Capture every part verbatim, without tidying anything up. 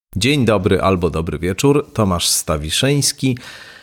Dzień dobry albo dobry wieczór, Tomasz Stawiszyński.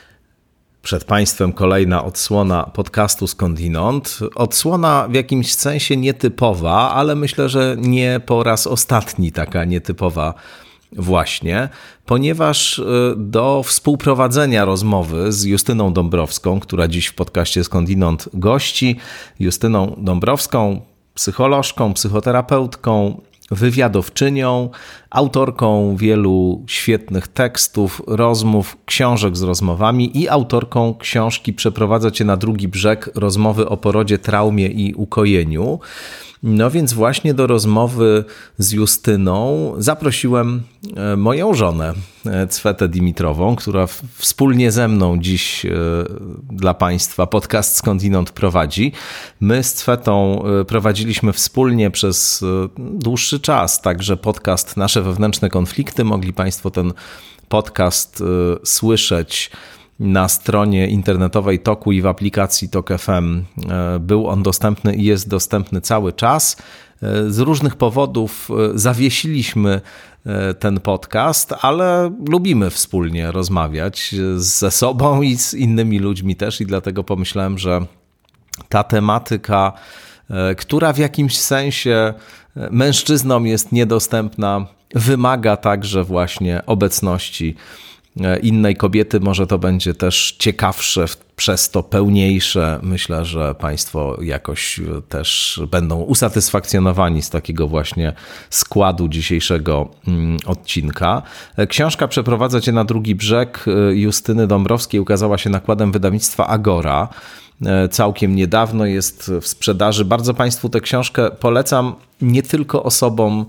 Przed Państwem kolejna odsłona podcastu Skądinąd. Odsłona w jakimś sensie nietypowa, ale myślę, że nie po raz ostatni taka nietypowa właśnie, ponieważ do współprowadzenia rozmowy z Justyną Dąbrowską, która dziś w podcaście Skądinąd gości, Justyną Dąbrowską, psycholożką, psychoterapeutką, wywiadowczynią, autorką wielu świetnych tekstów, rozmów, książek z rozmowami i autorką książki Przeprowadza Cię na drugi brzeg, rozmowy o porodzie, traumie i ukojeniu. No więc właśnie do rozmowy z Justyną zaprosiłem moją żonę, Cwetę Dimitrową, która wspólnie ze mną dziś dla Państwa podcast Skądinąd prowadzi. My z Cwetą prowadziliśmy wspólnie przez dłuższy czas także podcast Nasze wewnętrzne konflikty. Mogli Państwo ten podcast słyszeć na stronie internetowej Toku i w aplikacji Tok F M. Był on dostępny i jest dostępny cały czas. Z różnych powodów zawiesiliśmy ten podcast, ale lubimy wspólnie rozmawiać ze sobą i z innymi ludźmi też i dlatego pomyślałem, że ta tematyka, która w jakimś sensie mężczyznom jest niedostępna, wymaga także właśnie obecności innej kobiety. Może to będzie też ciekawsze, przez to pełniejsze. Myślę, że Państwo jakoś też będą usatysfakcjonowani z takiego właśnie składu dzisiejszego odcinka. Książka Przeprowadza Cię na drugi brzeg Justyny Dąbrowskiej ukazała się nakładem wydawnictwa Agora. Całkiem niedawno jest w sprzedaży. Bardzo Państwu tę książkę polecam, nie tylko osobom,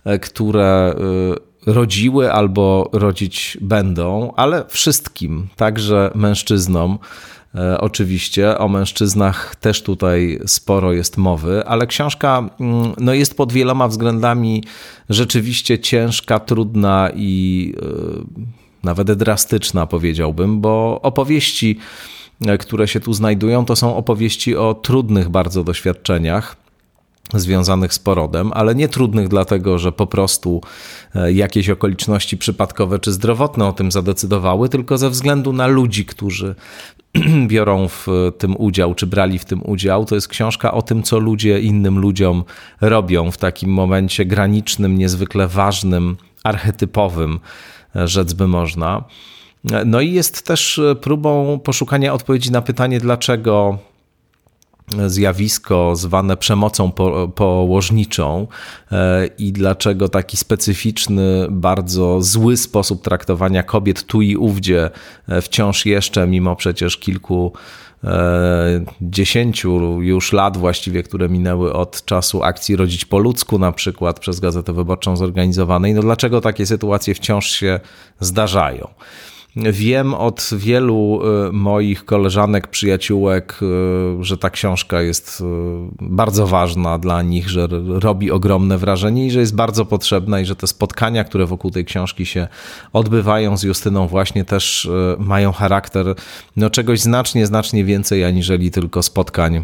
które rodziły albo rodzić będą, ale wszystkim, także mężczyznom. Oczywiście o mężczyznach też tutaj sporo jest mowy, ale książka no, jest pod wieloma względami rzeczywiście ciężka, trudna i yy, nawet drastyczna, powiedziałbym, bo opowieści, które się tu znajdują, to są opowieści o trudnych bardzo doświadczeniach związanych z porodem, ale nie trudnych dlatego, że po prostu jakieś okoliczności przypadkowe czy zdrowotne o tym zadecydowały, tylko ze względu na ludzi, którzy biorą w tym udział, czy brali w tym udział. To jest książka o tym, co ludzie innym ludziom robią w takim momencie granicznym, niezwykle ważnym, archetypowym, rzec by można. No i jest też próbą poszukania odpowiedzi na pytanie, dlaczego zjawisko zwane przemocą po, położniczą i dlaczego taki specyficzny, bardzo zły sposób traktowania kobiet tu i ówdzie wciąż jeszcze, mimo przecież kilku dziesięciu już lat właściwie, które minęły od czasu akcji Rodzić po ludzku na przykład przez Gazetę Wyborczą zorganizowanej, no dlaczego takie sytuacje wciąż się zdarzają? Wiem od wielu moich koleżanek, przyjaciółek, że ta książka jest bardzo ważna dla nich, że robi ogromne wrażenie i że jest bardzo potrzebna i że te spotkania, które wokół tej książki się odbywają z Justyną właśnie też mają charakter no, czegoś znacznie, znacznie więcej aniżeli tylko spotkań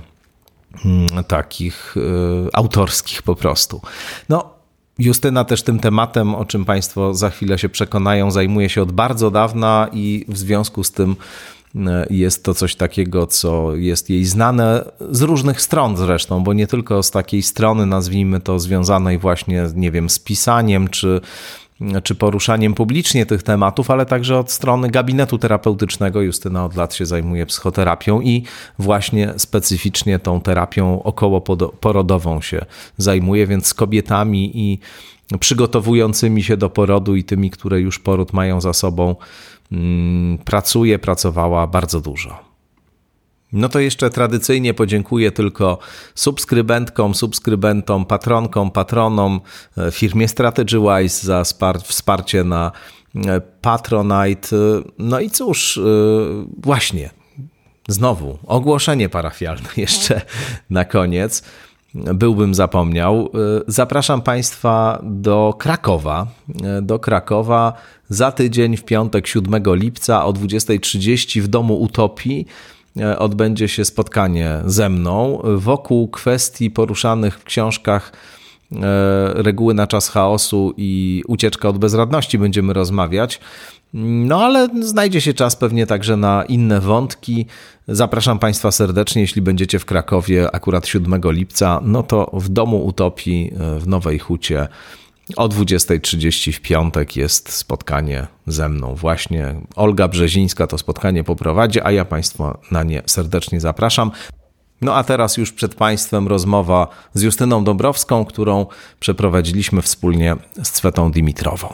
takich autorskich po prostu. No, Justyna też tym tematem, o czym Państwo za chwilę się przekonają, zajmuje się od bardzo dawna i w związku z tym jest to coś takiego, co jest jej znane z różnych stron zresztą, bo nie tylko z takiej strony, nazwijmy to, związanej właśnie, nie wiem, z pisaniem czy czy poruszaniem publicznie tych tematów, ale także od strony gabinetu terapeutycznego. Justyna od lat się zajmuje psychoterapią i właśnie specyficznie tą terapią okołoporodową się zajmuje, więc z kobietami i przygotowującymi się do porodu i tymi, które już poród mają za sobą, pracuje, pracowała bardzo dużo. No to jeszcze tradycyjnie podziękuję tylko subskrybentkom, subskrybentom, patronkom, patronom, firmie StrategyWise za wsparcie na Patronite. No i cóż, właśnie, znowu ogłoszenie parafialne jeszcze na koniec. Byłbym zapomniał. Zapraszam Państwa do Krakowa. Do Krakowa za tydzień w piątek siódmego lipca o dwudziestej trzydzieści w Domu Utopii odbędzie się spotkanie ze mną wokół kwestii poruszanych w książkach Reguły na czas chaosu i ucieczka od bezradności będziemy rozmawiać. No ale znajdzie się czas pewnie także na inne wątki. Zapraszam Państwa serdecznie, jeśli będziecie w Krakowie akurat siódmego lipca, no to w Domu Utopii w Nowej Hucie o dwudziestej trzydzieści w piątek jest spotkanie ze mną. Właśnie Olga Brzezińska to spotkanie poprowadzi, a ja Państwa na nie serdecznie zapraszam. No a teraz już przed Państwem rozmowa z Justyną Dąbrowską, którą przeprowadziliśmy wspólnie z Cwetą Dimitrową.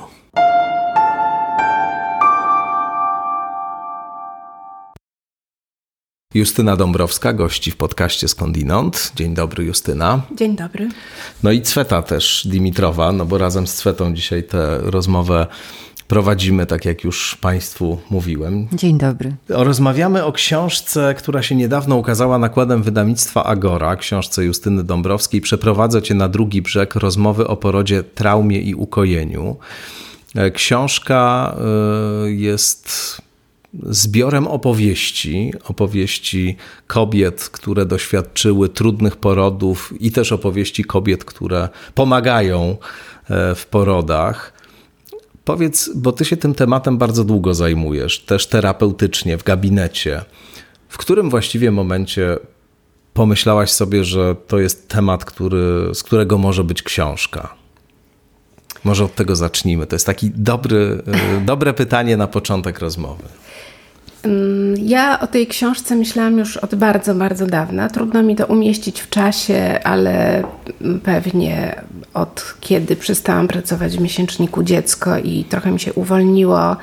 Justyna Dąbrowska gości w podcaście Skądinąd. Dzień dobry, Justyna. Dzień dobry. No i Cweta też Dimitrowa, no bo razem z Cwetą dzisiaj tę rozmowę prowadzimy, tak jak już Państwu mówiłem. Dzień dobry. Rozmawiamy o książce, która się niedawno ukazała nakładem wydawnictwa Agora, książce Justyny Dąbrowskiej. Przeprowadzę Cię na drugi brzeg, rozmowy o porodzie, traumie i ukojeniu. Książka jest zbiorem opowieści, opowieści kobiet, które doświadczyły trudnych porodów i też opowieści kobiet, które pomagają w porodach. Powiedz, bo ty się tym tematem bardzo długo zajmujesz, też terapeutycznie, w gabinecie. W którym właściwie momencie pomyślałaś sobie, że to jest temat, który, z którego może być książka? Może od tego zacznijmy. To jest taki dobry, dobre pytanie na początek rozmowy. Ja o tej książce myślałam już od bardzo, bardzo dawna. Trudno mi to umieścić w czasie, ale pewnie od kiedy przestałam pracować w miesięczniku Dziecko i trochę mi się uwolniło,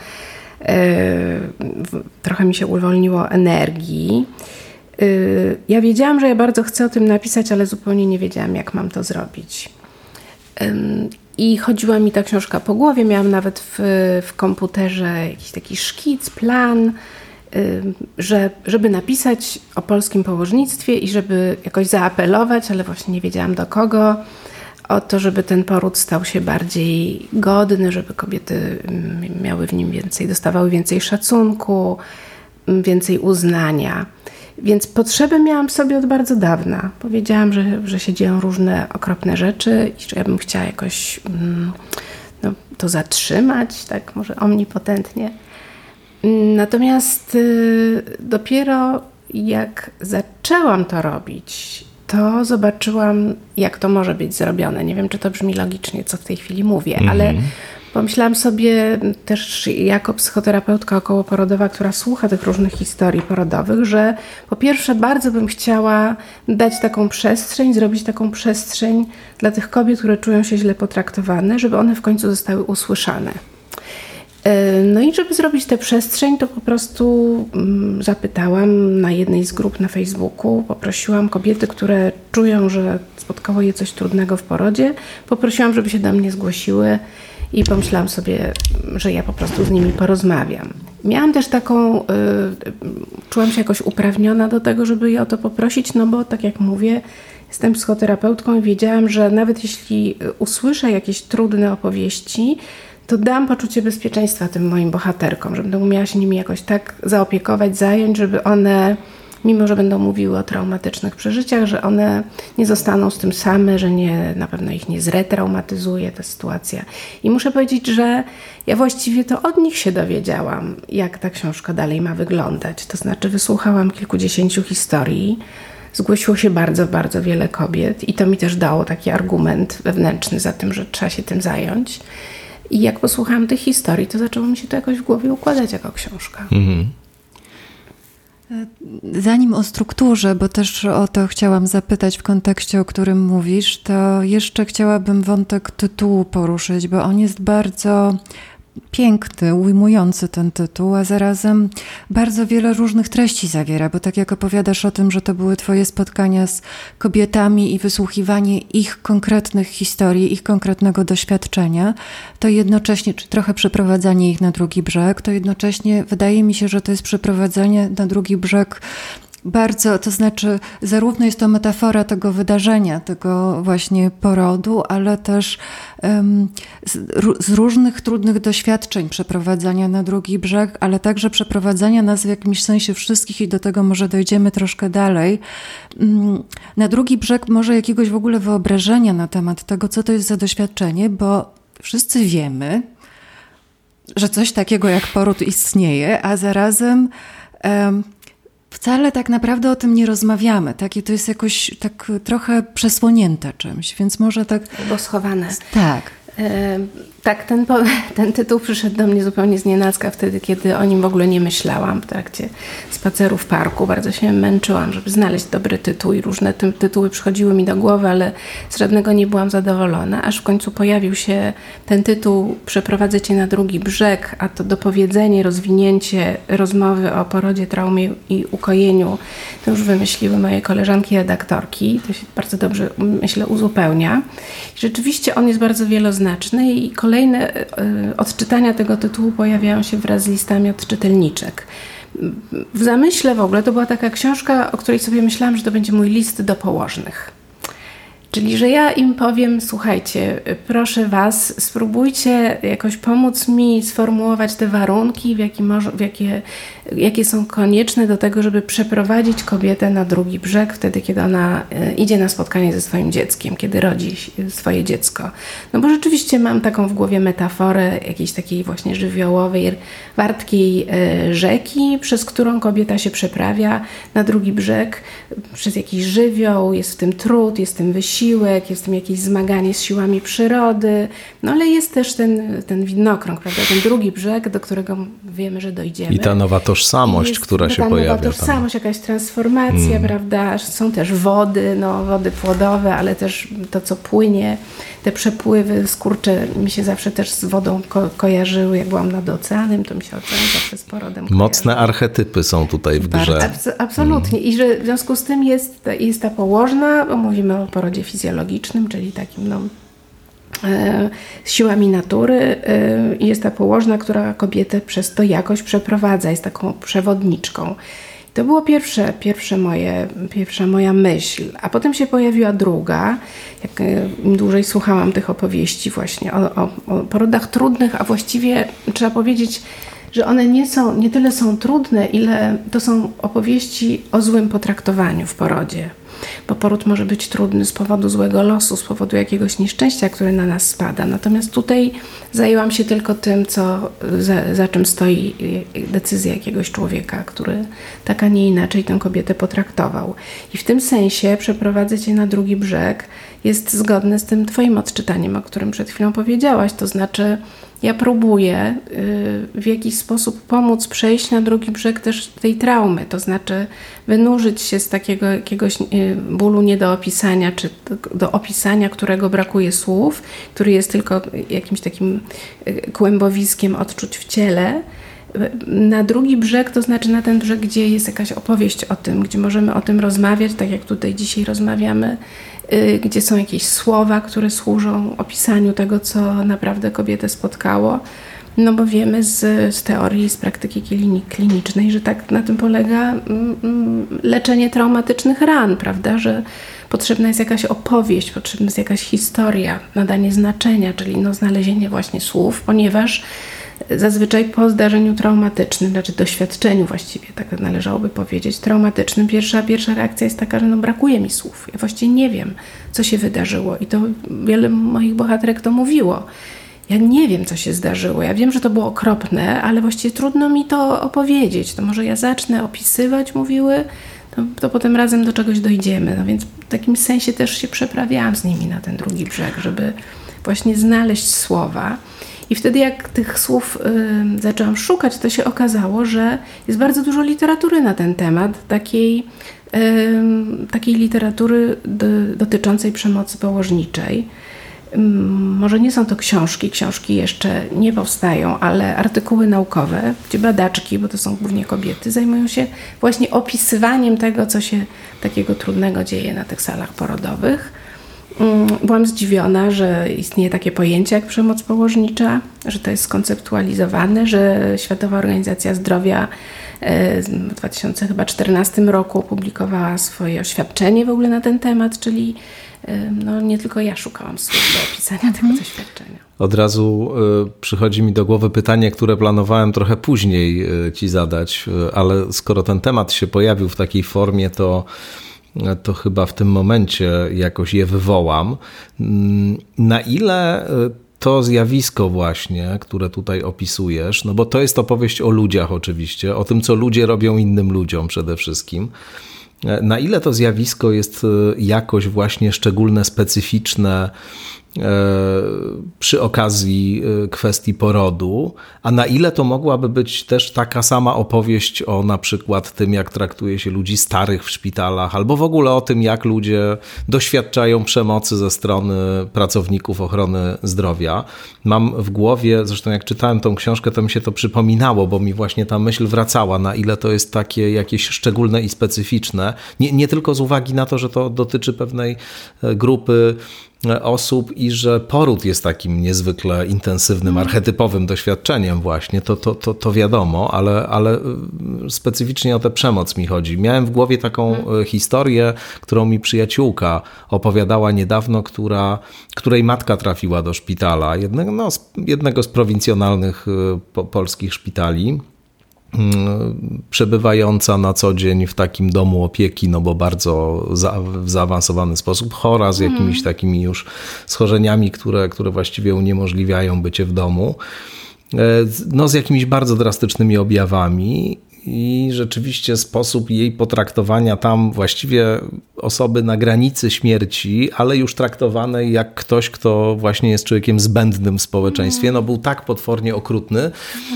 yy, trochę mi się uwolniło energii. Yy, ja wiedziałam, że ja bardzo chcę o tym napisać, ale zupełnie nie wiedziałam, jak mam to zrobić. Yy, I chodziła mi ta książka po głowie. Miałam nawet w, w komputerze jakiś taki szkic, plan, że, żeby napisać o polskim położnictwie i żeby jakoś zaapelować, ale właśnie nie wiedziałam do kogo, o to, żeby ten poród stał się bardziej godny, żeby kobiety miały w nim więcej, dostawały więcej szacunku, więcej uznania. Więc potrzeby miałam sobie od bardzo dawna. Powiedziałam, że, że się dzieją różne okropne rzeczy i że ja bym chciała jakoś no, to zatrzymać, tak może omnipotentnie. Natomiast y, dopiero jak zaczęłam to robić, to zobaczyłam, jak to może być zrobione. Nie wiem, czy to brzmi logicznie, co w tej chwili mówię, mm-hmm. ale pomyślałam sobie też jako psychoterapeutka okołoporodowa, która słucha tych różnych historii porodowych, że po pierwsze bardzo bym chciała dać taką przestrzeń, zrobić taką przestrzeń dla tych kobiet, które czują się źle potraktowane, żeby one w końcu zostały usłyszane. No i żeby zrobić tę przestrzeń, to po prostu zapytałam na jednej z grup na Facebooku, poprosiłam kobiety, które czują, że spotkało je coś trudnego w porodzie, poprosiłam, żeby się do mnie zgłosiły i pomyślałam sobie, że ja po prostu z nimi porozmawiam. Miałam też taką, y, czułam się jakoś uprawniona do tego, żeby je o to poprosić, no bo tak jak mówię, jestem psychoterapeutką i wiedziałam, że nawet jeśli usłyszę jakieś trudne opowieści, to dam poczucie bezpieczeństwa tym moim bohaterkom, że będę umiała się nimi jakoś tak zaopiekować, zająć, żeby one, mimo że będą mówiły o traumatycznych przeżyciach, że one nie zostaną z tym same, że nie, na pewno ich nie zretraumatyzuje ta sytuacja. I muszę powiedzieć, że ja właściwie to od nich się dowiedziałam, jak ta książka dalej ma wyglądać. To znaczy wysłuchałam kilkudziesięciu historii, zgłosiło się bardzo, bardzo wiele kobiet i to mi też dało taki argument wewnętrzny za tym, że trzeba się tym zająć. I jak posłuchałam tych historii, to zaczęło mi się to jakoś w głowie układać jako książka. Mhm. Zanim o strukturze, bo też o to chciałam zapytać w kontekście, o którym mówisz, to jeszcze chciałabym wątek tytułu poruszyć, bo on jest bardzo piękny, ujmujący ten tytuł, a zarazem bardzo wiele różnych treści zawiera, bo tak jak opowiadasz o tym, że to były twoje spotkania z kobietami i wysłuchiwanie ich konkretnych historii, ich konkretnego doświadczenia, to jednocześnie, czy trochę przeprowadzanie ich na drugi brzeg, to jednocześnie wydaje mi się, że to jest przeprowadzenie na drugi brzeg bardzo, to znaczy zarówno jest to metafora tego wydarzenia, tego właśnie porodu, ale też um, z, z różnych trudnych doświadczeń przeprowadzania na drugi brzeg, ale także przeprowadzania nas w jakimś sensie wszystkich i do tego może dojdziemy troszkę dalej. Um, na drugi brzeg może jakiegoś w ogóle wyobrażenia na temat tego, co to jest za doświadczenie, bo wszyscy wiemy, że coś takiego jak poród istnieje, a zarazem um, wcale tak naprawdę o tym nie rozmawiamy. Takie to jest jakoś tak trochę przesłonięte czymś, więc może tak... Albo schowane. Tak. E, tak, ten, ten tytuł przyszedł do mnie zupełnie znienacka wtedy, kiedy o nim w ogóle nie myślałam w trakcie spaceru w parku. Bardzo się męczyłam, żeby znaleźć dobry tytuł i różne ty- tytuły przychodziły mi do głowy, ale z żadnego nie byłam zadowolona, aż w końcu pojawił się ten tytuł Przeprowadzę cię na drugi brzeg, a to dopowiedzenie, rozwinięcie rozmowy o porodzie, traumie i ukojeniu. To już wymyśliły moje koleżanki redaktorki. To się bardzo dobrze, myślę, uzupełnia. I rzeczywiście on jest bardzo wieloznaczny i kolejne y, odczytania tego tytułu pojawiają się wraz z listami od czytelniczek. W zamyśle w ogóle to była taka książka, o której sobie myślałam, że to będzie mój list do położnych. Czyli, że ja im powiem, słuchajcie, proszę was, spróbujcie jakoś pomóc mi sformułować te warunki, w jakie, może, w jakie, jakie są konieczne do tego, żeby przeprowadzić kobietę na drugi brzeg wtedy, kiedy ona idzie na spotkanie ze swoim dzieckiem, kiedy rodzi swoje dziecko. No bo rzeczywiście mam taką w głowie metaforę jakiejś takiej właśnie żywiołowej, wartkiej rzeki, przez którą kobieta się przeprawia na drugi brzeg, przez jakiś żywioł, jest w tym trud, jest w tym wysiłek, Siłek, jest w tym jakieś zmaganie z siłami przyrody, no ale jest też ten, ten widnokrąg, prawda, ten drugi brzeg, do którego wiemy, że dojdziemy. I ta nowa tożsamość, jest, która się ta pojawia. Nowa tożsamość, tam. Jakaś transformacja, mm. prawda, są też wody, no wody płodowe, ale też to, co płynie, te przepływy, skurcze mi się zawsze też z wodą ko- kojarzyły, jak byłam nad oceanem, to mi się ocean zawsze z porodem Mocne kojarzył. archetypy są tutaj w grze. Abs- absolutnie. Mm. I że w związku z tym jest, jest ta położna, bo mówimy o porodzie fizjologicznym, czyli takim no, e, siłami natury i e, jest ta położna, która kobietę przez to jakoś przeprowadza, jest taką przewodniczką. To było pierwsze, pierwsze moje, pierwsza moja myśl, a potem się pojawiła druga, jak im dłużej słuchałam tych opowieści właśnie o, o, o porodach trudnych, a właściwie trzeba powiedzieć, że one nie są, nie tyle są trudne, ile to są opowieści o złym potraktowaniu w porodzie. Bo poród może być trudny z powodu złego losu, z powodu jakiegoś nieszczęścia, które na nas spada. Natomiast tutaj zajęłam się tylko tym, co, za, za czym stoi decyzja jakiegoś człowieka, który tak, a nie inaczej tę kobietę potraktował. I w tym sensie Przeprowadzę cię na drugi brzeg jest zgodne z tym twoim odczytaniem, o którym przed chwilą powiedziałaś. To znaczy, ja próbuję w jakiś sposób pomóc przejść na drugi brzeg też tej traumy, to znaczy wynurzyć się z takiego jakiegoś bólu nie do opisania, czy do opisania, którego brakuje słów, który jest tylko jakimś takim kłębowiskiem odczuć w ciele, na drugi brzeg, to znaczy na ten brzeg, gdzie jest jakaś opowieść o tym, gdzie możemy o tym rozmawiać, tak jak tutaj dzisiaj rozmawiamy, gdzie są jakieś słowa, które służą opisaniu tego, co naprawdę kobietę spotkało. No bo wiemy z, z teorii, z praktyki klinicznej, że tak na tym polega mm, leczenie traumatycznych ran, prawda, że potrzebna jest jakaś opowieść, potrzebna jest jakaś historia, nadanie znaczenia, czyli no znalezienie właśnie słów, ponieważ zazwyczaj po zdarzeniu traumatycznym, znaczy doświadczeniu właściwie, tak należałoby powiedzieć, traumatycznym, pierwsza, pierwsza reakcja jest taka, że no brakuje mi słów. Ja właściwie nie wiem, co się wydarzyło i to wiele moich bohaterek to mówiło. Ja nie wiem, co się zdarzyło. Ja wiem, że to było okropne, ale właściwie trudno mi to opowiedzieć. To może ja zacznę opisywać, mówiły, to, to potem razem do czegoś dojdziemy. No więc w takim sensie też się przeprawiałam z nimi na ten drugi brzeg, żeby właśnie znaleźć słowa. I wtedy jak tych słów y, zaczęłam szukać, to się okazało, że jest bardzo dużo literatury na ten temat, takiej, y, takiej literatury do, dotyczącej przemocy położniczej. Y, może nie są to książki, książki jeszcze nie powstają, ale artykuły naukowe, gdzie badaczki, bo to są głównie kobiety, zajmują się właśnie opisywaniem tego, co się takiego trudnego dzieje na tych salach porodowych. Byłam zdziwiona, że istnieje takie pojęcie jak przemoc położnicza, że to jest skonceptualizowane, że Światowa Organizacja Zdrowia w dwa tysiące czternastym roku opublikowała swoje oświadczenie w ogóle na ten temat, czyli no, nie tylko ja szukałam słów do opisania tego doświadczenia. Od razu y, przychodzi mi do głowy pytanie, które planowałem trochę później y, ci zadać, y, ale skoro ten temat się pojawił w takiej formie, to, y, to chyba w tym momencie jakoś je wywołam. Y, na ile y, to zjawisko właśnie, które tutaj opisujesz, no bo to jest opowieść o ludziach oczywiście, o tym, co ludzie robią innym ludziom przede wszystkim. Na ile to zjawisko jest jakoś właśnie szczególne, specyficzne przy okazji kwestii porodu, a na ile to mogłaby być też taka sama opowieść o na przykład tym, jak traktuje się ludzi starych w szpitalach, albo w ogóle o tym, jak ludzie doświadczają przemocy ze strony pracowników ochrony zdrowia. Mam w głowie, zresztą jak czytałem tą książkę, to mi się to przypominało, bo mi właśnie ta myśl wracała, na ile to jest takie jakieś szczególne i specyficzne. Nie, nie tylko z uwagi na to, że to dotyczy pewnej grupy osób i że poród jest takim niezwykle intensywnym, mm. archetypowym doświadczeniem właśnie, to, to, to, to wiadomo, ale, ale specyficznie o tę przemoc mi chodzi. Miałem w głowie taką mm. historię, którą mi przyjaciółka opowiadała niedawno, która, której matka trafiła do szpitala, jednego, no, jednego z prowincjonalnych po, polskich szpitali, przebywająca na co dzień w takim domu opieki, no bo bardzo za, w zaawansowany sposób chora, z jakimiś mm. takimi już schorzeniami, które, które właściwie uniemożliwiają bycie w domu, no z jakimiś bardzo drastycznymi objawami. I rzeczywiście sposób jej potraktowania tam właściwie osoby na granicy śmierci, ale już traktowanej jak ktoś, kto właśnie jest człowiekiem zbędnym w społeczeństwie, no był tak potwornie okrutny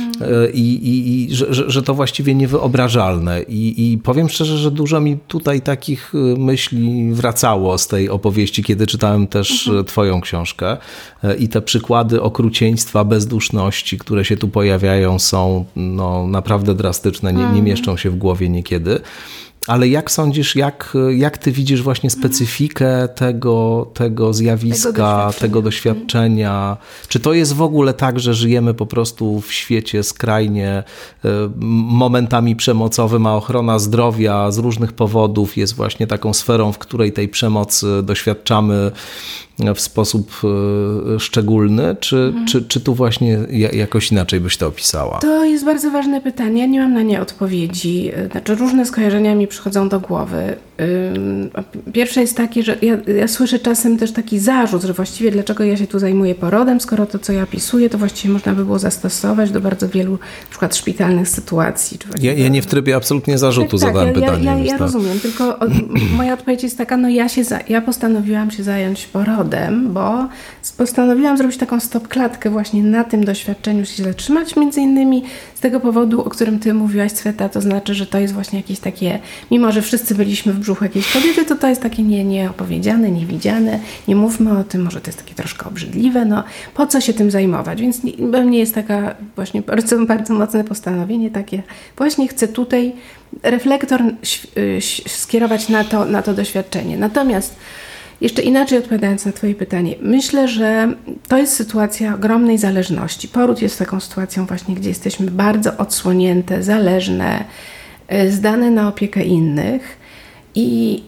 i, i, i że, że to właściwie niewyobrażalne. I, I powiem szczerze, że dużo mi tutaj takich myśli wracało z tej opowieści, kiedy czytałem też mhm. twoją książkę. I te przykłady okrucieństwa, bezduszności, które się tu pojawiają, są no, naprawdę drastyczne. Nie, nie mieszczą się w głowie niekiedy. Ale jak sądzisz, jak, jak ty widzisz właśnie specyfikę tego, tego zjawiska, tego doświadczenia. tego doświadczenia? Czy to jest w ogóle tak, że żyjemy po prostu w świecie skrajnie momentami przemocowym, a ochrona zdrowia z różnych powodów jest właśnie taką sferą, w której tej przemocy doświadczamy w sposób szczególny, czy, mhm. czy, czy tu właśnie jakoś inaczej byś to opisała? To jest bardzo ważne pytanie, ja nie mam na nie odpowiedzi. Znaczy różne skojarzenia mi przychodzą do głowy. Pierwsze jest takie, że ja, ja słyszę czasem też taki zarzut, że właściwie dlaczego ja się tu zajmuję porodem, skoro to, co ja opisuję, to właściwie można by było zastosować do bardzo wielu na przykład szpitalnych sytuacji. Czy ja, ja nie w trybie absolutnie zarzutu tak, zadałem tak, ja, pytanie. Ja, ja, ja rozumiem, tylko od, moja odpowiedź jest taka, no ja, się za, ja postanowiłam się zająć porodem, bo postanowiłam zrobić taką stopklatkę właśnie na tym doświadczeniu, się zatrzymać, między innymi z tego powodu, o którym ty mówiłaś, Cweta, to znaczy, że to jest właśnie jakieś takie, mimo że wszyscy byliśmy w brzuchu jakiejś kobiety, to to jest takie nie, nieopowiedziane, niewidziane, nie mówmy o tym, może to jest takie troszkę obrzydliwe, no po co się tym zajmować, więc we mnie jest taka właśnie bardzo, bardzo mocne postanowienie takie, właśnie chcę tutaj reflektor skierować na to, na to doświadczenie. Natomiast jeszcze inaczej odpowiadając na twoje pytanie, myślę, że to jest sytuacja ogromnej zależności. Poród jest taką sytuacją właśnie, gdzie jesteśmy bardzo odsłonięte, zależne, zdane na opiekę innych. I,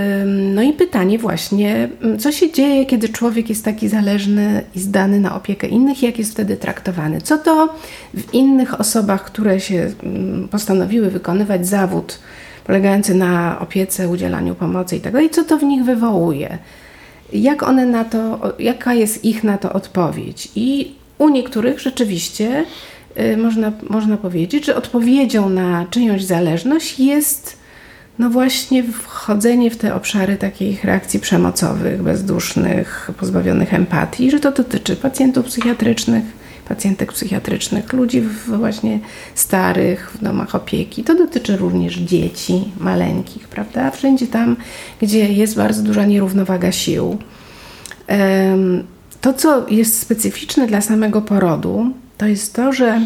no i pytanie właśnie, co się dzieje, kiedy człowiek jest taki zależny i zdany na opiekę innych i jak jest wtedy traktowany? Co to w innych osobach, które się postanowiły wykonywać zawód polegający na opiece, udzielaniu pomocy i tak dalej, co to w nich wywołuje? Jak one na to, jaka jest ich na to odpowiedź? I u niektórych rzeczywiście y, można, można powiedzieć, że odpowiedzią na czyjąś zależność jest no właśnie wchodzenie w te obszary takich reakcji przemocowych, bezdusznych, pozbawionych empatii, że to dotyczy pacjentów psychiatrycznych, pacjentek psychiatrycznych, ludzi właśnie starych w domach opieki. To dotyczy również dzieci maleńkich, prawda? Wszędzie tam, gdzie jest bardzo duża nierównowaga sił. To, co jest specyficzne dla samego porodu, to jest to, że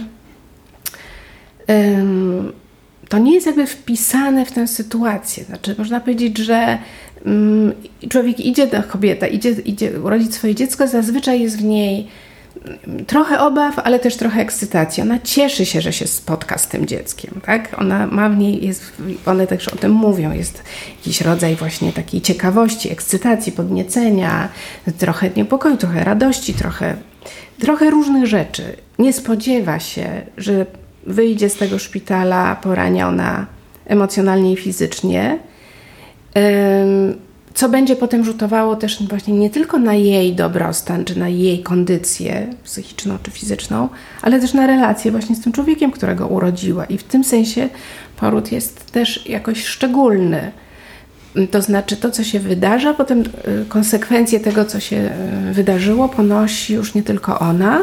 to nie jest jakby wpisane w tę sytuację. Znaczy, można powiedzieć, że człowiek idzie, kobieta idzie, idzie urodzić swoje dziecko, zazwyczaj jest w niej trochę obaw, ale też trochę ekscytacji. Ona cieszy się, że się spotka z tym dzieckiem, tak? Ona ma w niej, jest, one też o tym mówią, jest jakiś rodzaj właśnie takiej ciekawości, ekscytacji, podniecenia, trochę niepokoju, trochę radości, trochę, trochę różnych rzeczy. Nie spodziewa się, że wyjdzie z tego szpitala poraniona emocjonalnie i fizycznie, co będzie potem rzutowało też właśnie nie tylko na jej dobrostan, czy na jej kondycję psychiczną czy fizyczną, ale też na relację właśnie z tym człowiekiem, którego urodziła. I w tym sensie poród jest też jakoś szczególny. To znaczy to, co się wydarza, potem konsekwencje tego, co się wydarzyło, ponosi już nie tylko ona.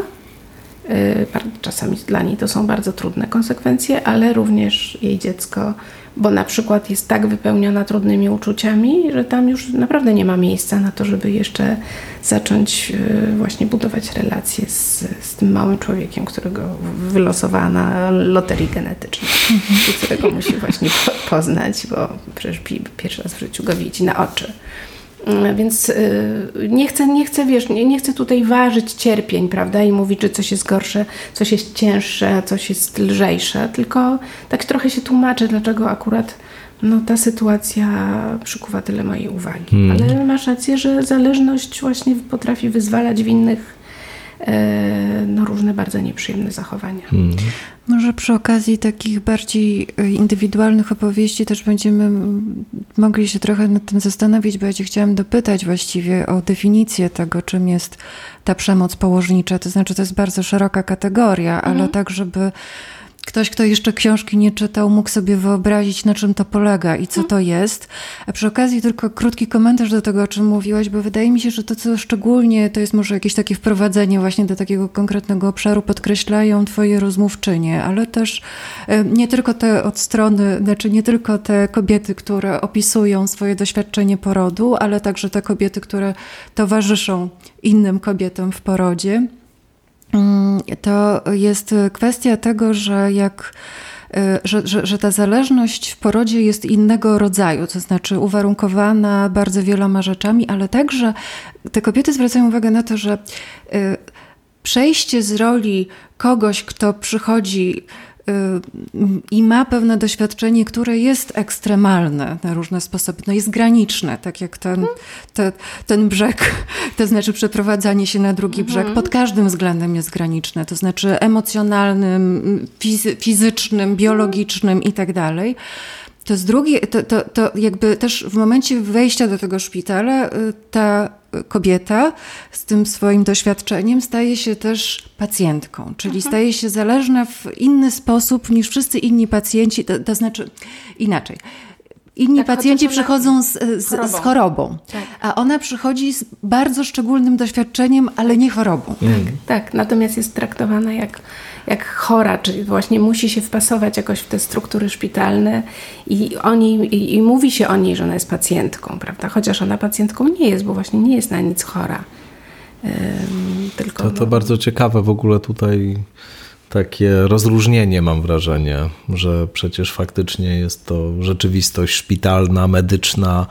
Czasami dla niej to są bardzo trudne konsekwencje, ale również jej dziecko, bo na przykład jest tak wypełniona trudnymi uczuciami, że tam już naprawdę nie ma miejsca na to, żeby jeszcze zacząć właśnie budować relacje z, z tym małym człowiekiem, którego wylosowała na loterii genetycznej i którego musi właśnie po, poznać, bo przecież pierwszy raz w życiu go widzi na oczy. Więc nie chcę, nie chcę, wiesz, nie, nie chcę tutaj ważyć cierpień, prawda, i mówić, że coś jest gorsze, coś jest cięższe, coś jest lżejsze, tylko tak trochę się tłumaczę, dlaczego akurat no, ta sytuacja przykuwa tyle mojej uwagi. Hmm. Ale masz rację, że zależność właśnie potrafi wyzwalać w innych no, różne bardzo nieprzyjemne zachowania. Hmm. Może przy okazji takich bardziej indywidualnych opowieści też będziemy mogli się trochę nad tym zastanowić, bo ja cię chciałam dopytać właściwie o definicję tego, czym jest ta przemoc położnicza. To znaczy, to jest bardzo szeroka kategoria, mhm. ale tak, żeby ktoś, kto jeszcze książki nie czytał, mógł sobie wyobrazić, na czym to polega i co to jest. A przy okazji tylko krótki komentarz do tego, o czym mówiłaś, bo wydaje mi się, że to, co szczególnie, to jest może jakieś takie wprowadzenie właśnie do takiego konkretnego obszaru, podkreślają twoje rozmówczynie, ale też nie tylko te od strony, znaczy nie tylko te kobiety, które opisują swoje doświadczenie porodu, ale także te kobiety, które towarzyszą innym kobietom w porodzie. To jest kwestia tego, że jak Że, że, że ta zależność w porodzie jest innego rodzaju, to znaczy uwarunkowana bardzo wieloma rzeczami, ale także te kobiety zwracają uwagę na to, że przejście z roli kogoś, kto przychodzi i ma pewne doświadczenie, które jest ekstremalne na różne sposoby, no jest graniczne, tak jak ten, te, ten brzeg, to znaczy przeprowadzanie się na drugi brzeg pod każdym względem jest graniczne, to znaczy emocjonalnym, fizy- fizycznym, biologicznym i tak dalej. To z drugiej, to, to, to jakby też w momencie wejścia do tego szpitala ta kobieta z tym swoim doświadczeniem staje się też pacjentką, czyli mhm. staje się zależna w inny sposób niż wszyscy inni pacjenci, to, to znaczy inaczej. Inni tak, pacjenci przychodzą z, z chorobą, z chorobą tak. a ona przychodzi z bardzo szczególnym doświadczeniem, ale nie chorobą. Mm. Tak, tak, natomiast jest traktowana jak, jak chora, czyli właśnie musi się wpasować jakoś w te struktury szpitalne i, o niej, i, i mówi się o niej, że ona jest pacjentką, prawda? Chociaż ona pacjentką nie jest, bo właśnie nie jest na nic chora. Ym, tylko, to, to no... bardzo ciekawe w ogóle tutaj takie rozróżnienie, mam wrażenie, że przecież faktycznie jest to rzeczywistość szpitalna, medyczna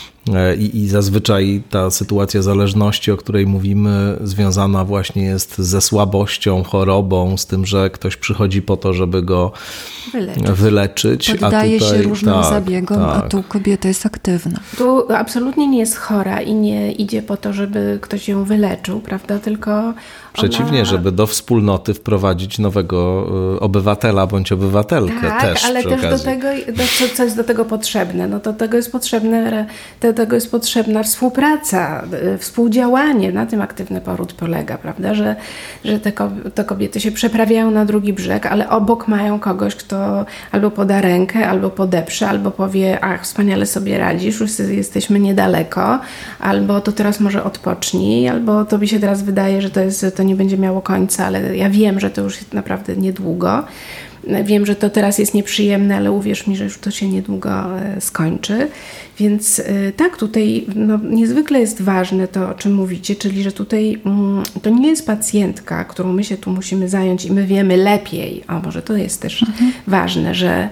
i, i zazwyczaj ta sytuacja zależności, o której mówimy, związana właśnie jest ze słabością, chorobą, z tym, że ktoś przychodzi po to, żeby go wyleczyć. wyleczyć Poddaje a tutaj, się różnym tak, zabiegom, tak. a tu kobieta jest aktywna. Tu absolutnie nie jest chora i nie idzie po to, żeby ktoś ją wyleczył, prawda, tylko Przeciwnie, ona... żeby do wspólnoty wprowadzić nowego obywatela bądź obywatelkę tak, też ale przy też okazji. do tego, do, co, co jest do tego potrzebne? No to tego jest potrzebne, do tego jest potrzebna współpraca, współdziałanie. Na tym aktywny poród polega, prawda? Że, że te, te kobiety się przeprawiają na drugi brzeg, ale obok mają kogoś, kto albo poda rękę, albo podeprze, albo powie, ach, wspaniale sobie radzisz, już jesteśmy niedaleko, albo to teraz może odpocznij, albo tobie się teraz wydaje, że to jest, to nie będzie miało końca, ale ja wiem, że to już jest naprawdę niedługo. Wiem, że to teraz jest nieprzyjemne, ale uwierz mi, że już to się niedługo skończy. Więc tak, tutaj no, niezwykle jest ważne to, o czym mówicie, czyli że tutaj mm, to nie jest pacjentka, którą my się tu musimy zająć i my wiemy lepiej. O, może to jest też mhm. ważne, że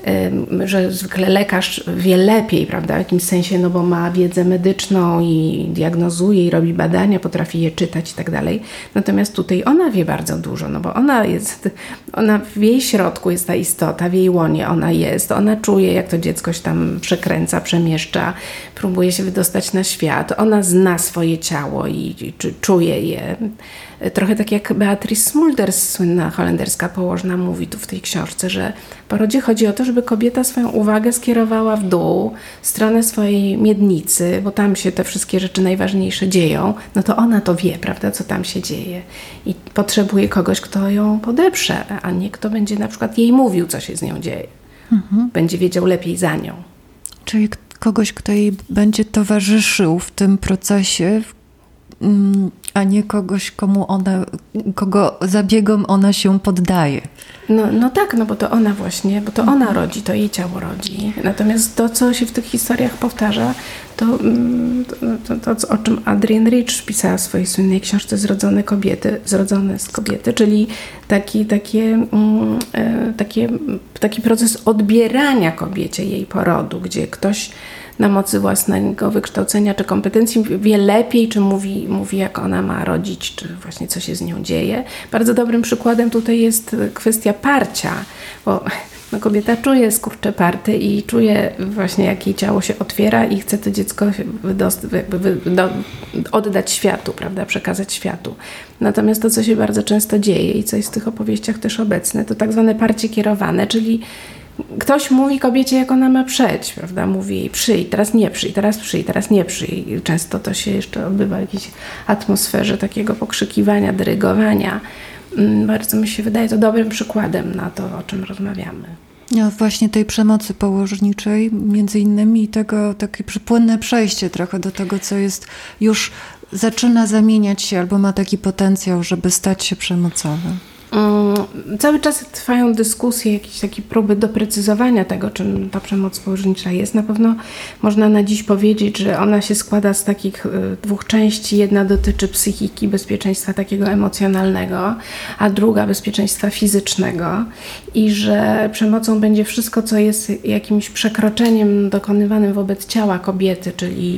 że zwykle lekarz wie lepiej, prawda, w jakimś sensie, no bo ma wiedzę medyczną i diagnozuje i robi badania, potrafi je czytać i tak dalej. Natomiast tutaj ona wie bardzo dużo, no bo ona jest, ona w jej środku jest ta istota, w jej łonie ona jest, ona czuje, jak to dziecko się tam przekręca, przemieszcza, próbuje się wydostać na świat, ona zna swoje ciało i, i czuje je. Trochę tak jak Beatrice Smulders, słynna holenderska położna, mówi tu w tej książce, że w porodzie chodzi o to, żeby kobieta swoją uwagę skierowała w dół, w stronę swojej miednicy, bo tam się te wszystkie rzeczy najważniejsze dzieją, no to ona to wie, prawda, co tam się dzieje. I potrzebuje kogoś, kto ją podeprze, a nie kto będzie na przykład jej mówił, co się z nią dzieje. Mhm. Będzie wiedział lepiej za nią. Czyli kogoś, kto jej będzie towarzyszył w tym procesie, a nie kogoś, komu ona, kogo zabiegom ona się poddaje. No, no tak, no bo to ona właśnie, bo to ona rodzi, to jej ciało rodzi. Natomiast to, co się w tych historiach powtarza, to, to, to, to o czym Adrienne Rich pisała w swojej słynnej książce Zrodzone kobiety, Zrodzone z kobiety, czyli taki, takie, takie, taki proces odbierania kobiecie jej porodu, gdzie ktoś na mocy własnego wykształcenia czy kompetencji wie lepiej, czy mówi, mówi jak ona ma rodzić, czy właśnie co się z nią dzieje. Bardzo dobrym przykładem tutaj jest kwestia parcia, bo no, kobieta czuje skurcze party i czuje właśnie, jak jej ciało się otwiera i chce to dziecko wydost- wy- wy- do- oddać światu, prawda, przekazać światu. Natomiast to, co się bardzo często dzieje i co jest w tych opowieściach też obecne, to tak zwane parcie kierowane, czyli ktoś mówi kobiecie, jak ona ma przeć, prawda? Mówi jej przyjdź, teraz nie przyjdź, teraz przyjdź, teraz nie przyjdź. Często to się jeszcze odbywa w jakiejś atmosferze takiego pokrzykiwania, dyrygowania. Bardzo mi się wydaje to dobrym przykładem na to, o czym rozmawiamy. No właśnie tej przemocy położniczej, między innymi tego takie płynne przejście trochę do tego, co jest już zaczyna zamieniać się albo ma taki potencjał, żeby stać się przemocowym. Cały czas trwają dyskusje, jakieś takie próby doprecyzowania tego, czym ta przemoc położnicza jest. Na pewno można na dziś powiedzieć, że ona się składa z takich dwóch części. Jedna dotyczy psychiki, bezpieczeństwa takiego emocjonalnego, a druga bezpieczeństwa fizycznego. I że przemocą będzie wszystko, co jest jakimś przekroczeniem dokonywanym wobec ciała kobiety, czyli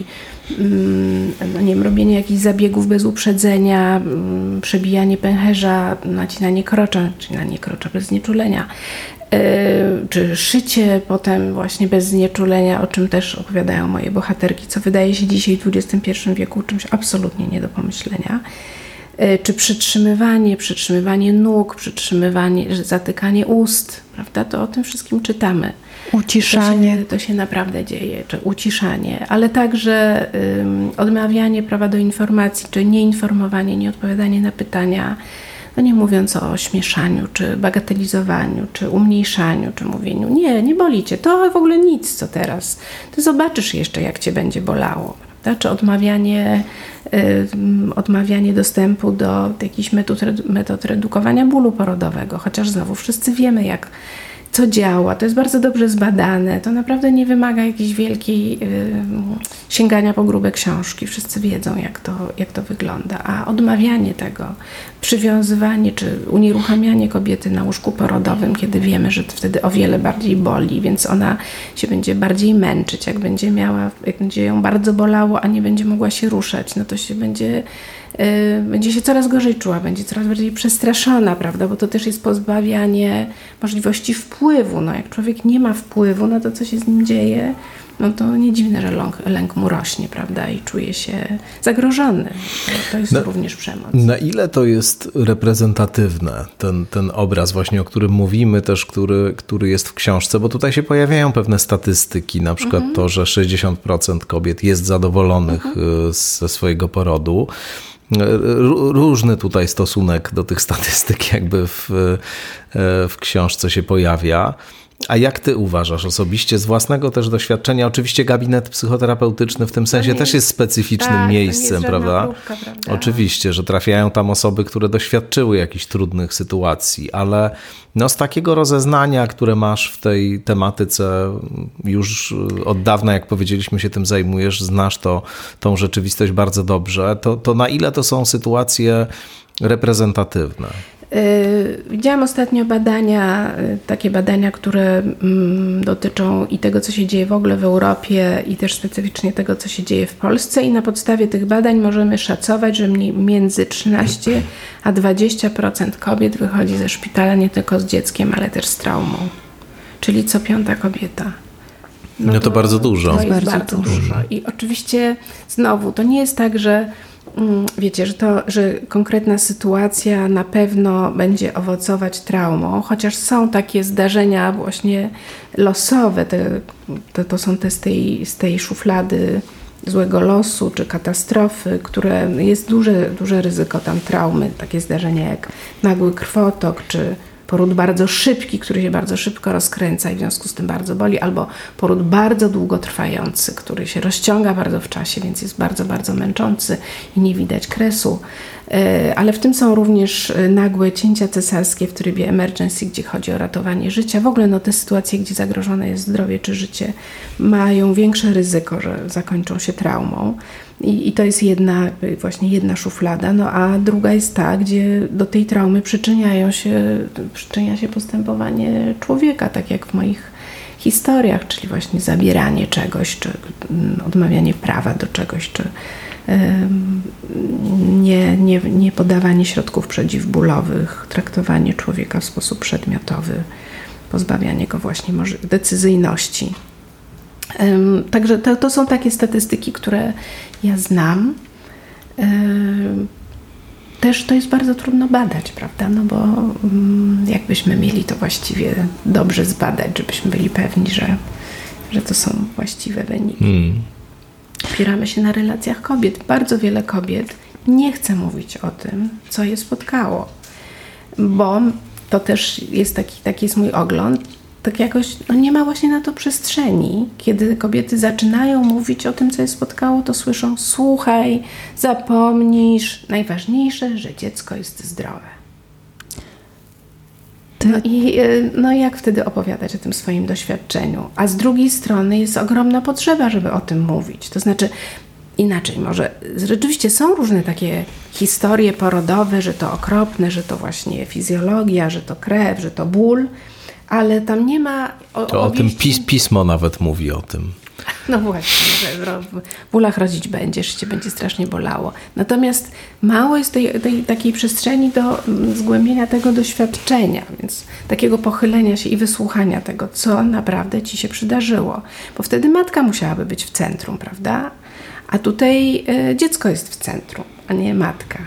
no nie wiem, robienie jakichś zabiegów bez uprzedzenia, przebijanie pęcherza, nacinanie krocza, nacinanie krocza bez znieczulenia, yy, czy szycie potem właśnie bez znieczulenia, o czym też opowiadają moje bohaterki, co wydaje się dzisiaj w dwudziestym pierwszym wieku czymś absolutnie nie do pomyślenia. Yy, czy przytrzymywanie, przytrzymywanie nóg, przytrzymywanie, zatykanie ust, prawda? To o tym wszystkim czytamy. Uciszanie. To się, to się naprawdę dzieje, czy uciszanie, ale także ym, odmawianie prawa do informacji, czy nieinformowanie, nieodpowiadanie na pytania, no nie mówiąc o śmieszaniu, czy bagatelizowaniu, czy umniejszaniu, czy mówieniu, nie, nie boli cię, to w ogóle nic, co teraz, ty zobaczysz jeszcze, jak cię będzie bolało, prawda? Czy odmawianie, y, odmawianie dostępu do jakichś metod, metod redukowania bólu porodowego, chociaż znowu wszyscy wiemy, jak co działa, to jest bardzo dobrze zbadane, to naprawdę nie wymaga jakiejś wielkiej y, sięgania po grube książki, wszyscy wiedzą, jak to, jak to wygląda, a odmawianie tego, przywiązywanie czy unieruchamianie kobiety na łóżku porodowym, kiedy wiemy, że to wtedy o wiele bardziej boli, więc ona się będzie bardziej męczyć, jak będzie miała, jak będzie ją bardzo bolało, a nie będzie mogła się ruszać, no to się będzie będzie się coraz gorzej czuła, będzie coraz bardziej przestraszona, prawda, bo to też jest pozbawianie możliwości wpływu. No, jak człowiek nie ma wpływu na to, co się z nim dzieje, no to nie dziwne, że lęk, lęk mu rośnie, prawda, i czuje się zagrożony. To jest na, również przemoc. Na ile to jest reprezentatywne, ten, ten obraz właśnie, o którym mówimy też, który, który jest w książce, bo tutaj się pojawiają pewne statystyki, na przykład mhm. to, że sześćdziesiąt procent kobiet jest zadowolonych mhm. ze swojego porodu. Różny tutaj stosunek do tych statystyk jakby w, w książce się pojawia. A jak ty uważasz osobiście z własnego też doświadczenia? Oczywiście gabinet psychoterapeutyczny w tym sensie jest, też jest specyficznym tak, miejscem, nie prawda? Próbka, prawda? Oczywiście, że trafiają tam osoby, które doświadczyły jakichś trudnych sytuacji, ale no z takiego rozeznania, które masz w tej tematyce już od dawna, jak powiedzieliśmy, się tym zajmujesz, znasz to, tą rzeczywistość bardzo dobrze, to, to na ile to są sytuacje reprezentatywne? Widziałam ostatnio badania, takie badania, które dotyczą i tego, co się dzieje w ogóle w Europie i też specyficznie tego, co się dzieje w Polsce i na podstawie tych badań możemy szacować, że między trzynaście a dwadzieścia procent kobiet wychodzi ze szpitala nie tylko z dzieckiem, ale też z traumą. Czyli co piąta kobieta. No, no to, to bardzo dużo. To jest bardzo, bardzo dużo. dużo. I oczywiście znowu, to nie jest tak, że wiecie, że, to, że konkretna sytuacja na pewno będzie owocować traumą, chociaż są takie zdarzenia właśnie losowe, te, te, to są te z tej, z tej szuflady złego losu czy katastrofy, które jest duże, duże ryzyko tam traumy, takie zdarzenia jak nagły krwotok czy poród bardzo szybki, który się bardzo szybko rozkręca i w związku z tym bardzo boli, albo poród bardzo długotrwający, który się rozciąga bardzo w czasie, więc jest bardzo, bardzo męczący i nie widać kresu. Ale w tym są również nagłe cięcia cesarskie w trybie emergency, gdzie chodzi o ratowanie życia. W ogóle no, te sytuacje, gdzie zagrożone jest zdrowie czy życie, mają większe ryzyko, że zakończą się traumą. I, I to jest jedna, właśnie jedna szuflada, no a druga jest ta, gdzie do tej traumy przyczyniają się, przyczynia się postępowanie człowieka, tak jak w moich historiach, czyli właśnie zabieranie czegoś, czy odmawianie prawa do czegoś, czy um, nie, nie, nie podawanie środków przeciwbólowych, traktowanie człowieka w sposób przedmiotowy, pozbawianie go właśnie może decyzyjności. Um, także to, to są takie statystyki, które ja znam. Um, też to jest bardzo trudno badać, prawda? No bo um, jakbyśmy mieli to właściwie dobrze zbadać, żebyśmy byli pewni, że, że to są właściwe wyniki. Hmm. Opieramy się na relacjach kobiet. Bardzo wiele kobiet nie chce mówić o tym, co je spotkało, bo to też jest taki, taki jest mój ogląd. Tak jakoś no nie ma właśnie na to przestrzeni. Kiedy kobiety zaczynają mówić o tym, co je spotkało, to słyszą: słuchaj, zapomnisz, najważniejsze, że dziecko jest zdrowe. No i no jak wtedy opowiadać o tym swoim doświadczeniu? A z drugiej strony jest ogromna potrzeba, żeby o tym mówić. To znaczy, inaczej może, rzeczywiście są różne takie historie porodowe, że to okropne, że to właśnie fizjologia, że to krew, że to ból, ale tam nie ma o, to o tym pis, pismo nawet mówi o tym. No właśnie, że w bólach rodzić będziesz, cię będzie strasznie bolało. Natomiast mało jest tej, tej takiej przestrzeni do zgłębienia tego doświadczenia, więc takiego pochylenia się i wysłuchania tego, co naprawdę ci się przydarzyło. Bo wtedy matka musiałaby być w centrum, prawda? A tutaj y, dziecko jest w centrum, a nie matka.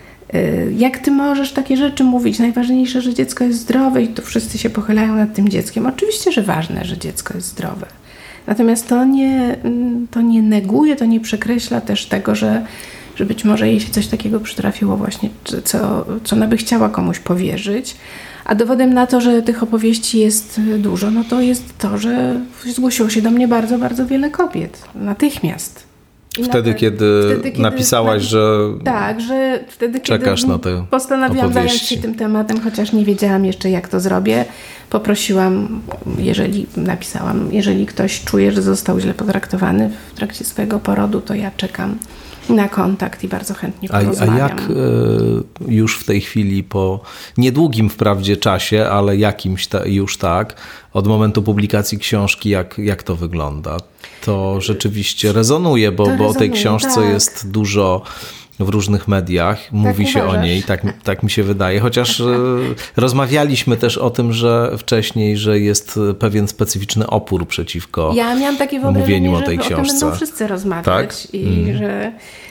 Jak ty możesz takie rzeczy mówić? Najważniejsze, że dziecko jest zdrowe i tu wszyscy się pochylają nad tym dzieckiem. Oczywiście, że ważne, że dziecko jest zdrowe. Natomiast to nie, to nie neguje, to nie przekreśla też tego, że, że być może jej się coś takiego przytrafiło właśnie, co, co ona by chciała komuś powierzyć. A dowodem na to, że tych opowieści jest dużo, no to jest to, że zgłosiło się do mnie bardzo, bardzo wiele kobiet. Natychmiast. Wtedy, nawet, kiedy wtedy, kiedy napisałaś, na, że tak, że wtedy, czekasz kiedy na te postanowiłam opowieści. zająć się tym tematem, chociaż nie wiedziałam jeszcze, jak to zrobię. Poprosiłam, jeżeli napisałam, jeżeli ktoś czuje, że został źle potraktowany w trakcie swojego porodu, to ja czekam na kontakt i bardzo chętnie porozmawiam. A, a jak y, już w tej chwili po niedługim wprawdzie czasie, ale jakimś ta, już tak, od momentu publikacji książki, jak, jak to wygląda? To rzeczywiście rezonuje, bo, bo o tej książce tak. jest dużo w różnych mediach, mówi tak się uważasz. o niej, tak, tak mi się wydaje, chociaż rozmawialiśmy też o tym, że wcześniej, że jest pewien specyficzny opór przeciwko ja miałam takie mówieniu o tej że książce. O tym będą wszyscy rozmawiać tak? i mm. że,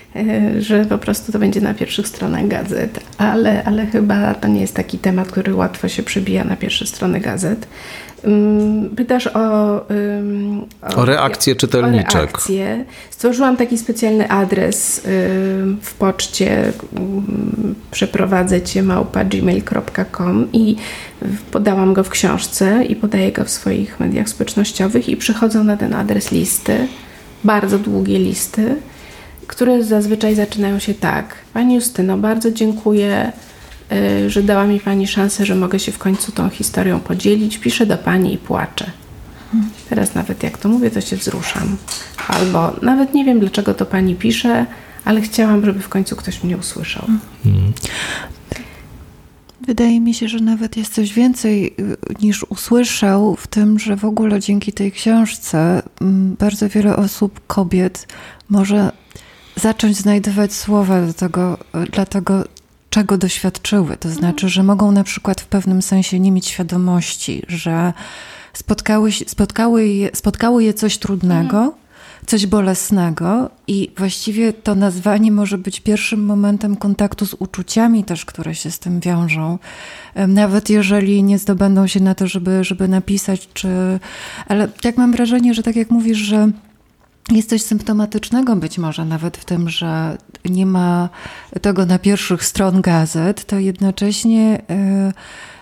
że po prostu to będzie na pierwszych stronach gazet, ale, ale chyba to nie jest taki temat, który łatwo się przebija na pierwsze strony gazet. Pytasz o, o, o reakcję czytelniczek. O reakcję. Stworzyłam taki specjalny adres w poczcie przeprowadzę cię małpa gmail kropka com i podałam go w książce i podaję go w swoich mediach społecznościowych i przychodzą na ten adres listy, bardzo długie listy, które zazwyczaj zaczynają się tak: Pani Justyno, bardzo dziękuję, że dała mi Pani szansę, że mogę się w końcu tą historią podzielić. Piszę do Pani i płaczę. Hmm. Teraz nawet jak to mówię, to się wzruszam. Albo nawet nie wiem, dlaczego to Pani pisze, ale chciałam, żeby w końcu ktoś mnie usłyszał. Hmm. Wydaje mi się, że nawet jest coś więcej niż usłyszał w tym, że w ogóle dzięki tej książce bardzo wiele osób, kobiet może zacząć znajdować słowa do tego, dla tego, czego doświadczyły. To znaczy, że mogą na przykład w pewnym sensie nie mieć świadomości, że spotkały, spotkały, je, spotkało je coś trudnego, coś bolesnego i właściwie to nazwanie może być pierwszym momentem kontaktu z uczuciami też, które się z tym wiążą. Nawet jeżeli nie zdobędą się na to, żeby, żeby napisać, czy... Ale tak mam wrażenie, że tak jak mówisz, że jest coś symptomatycznego być może nawet w tym, że nie ma tego na pierwszych stron gazet, to jednocześnie... Yy,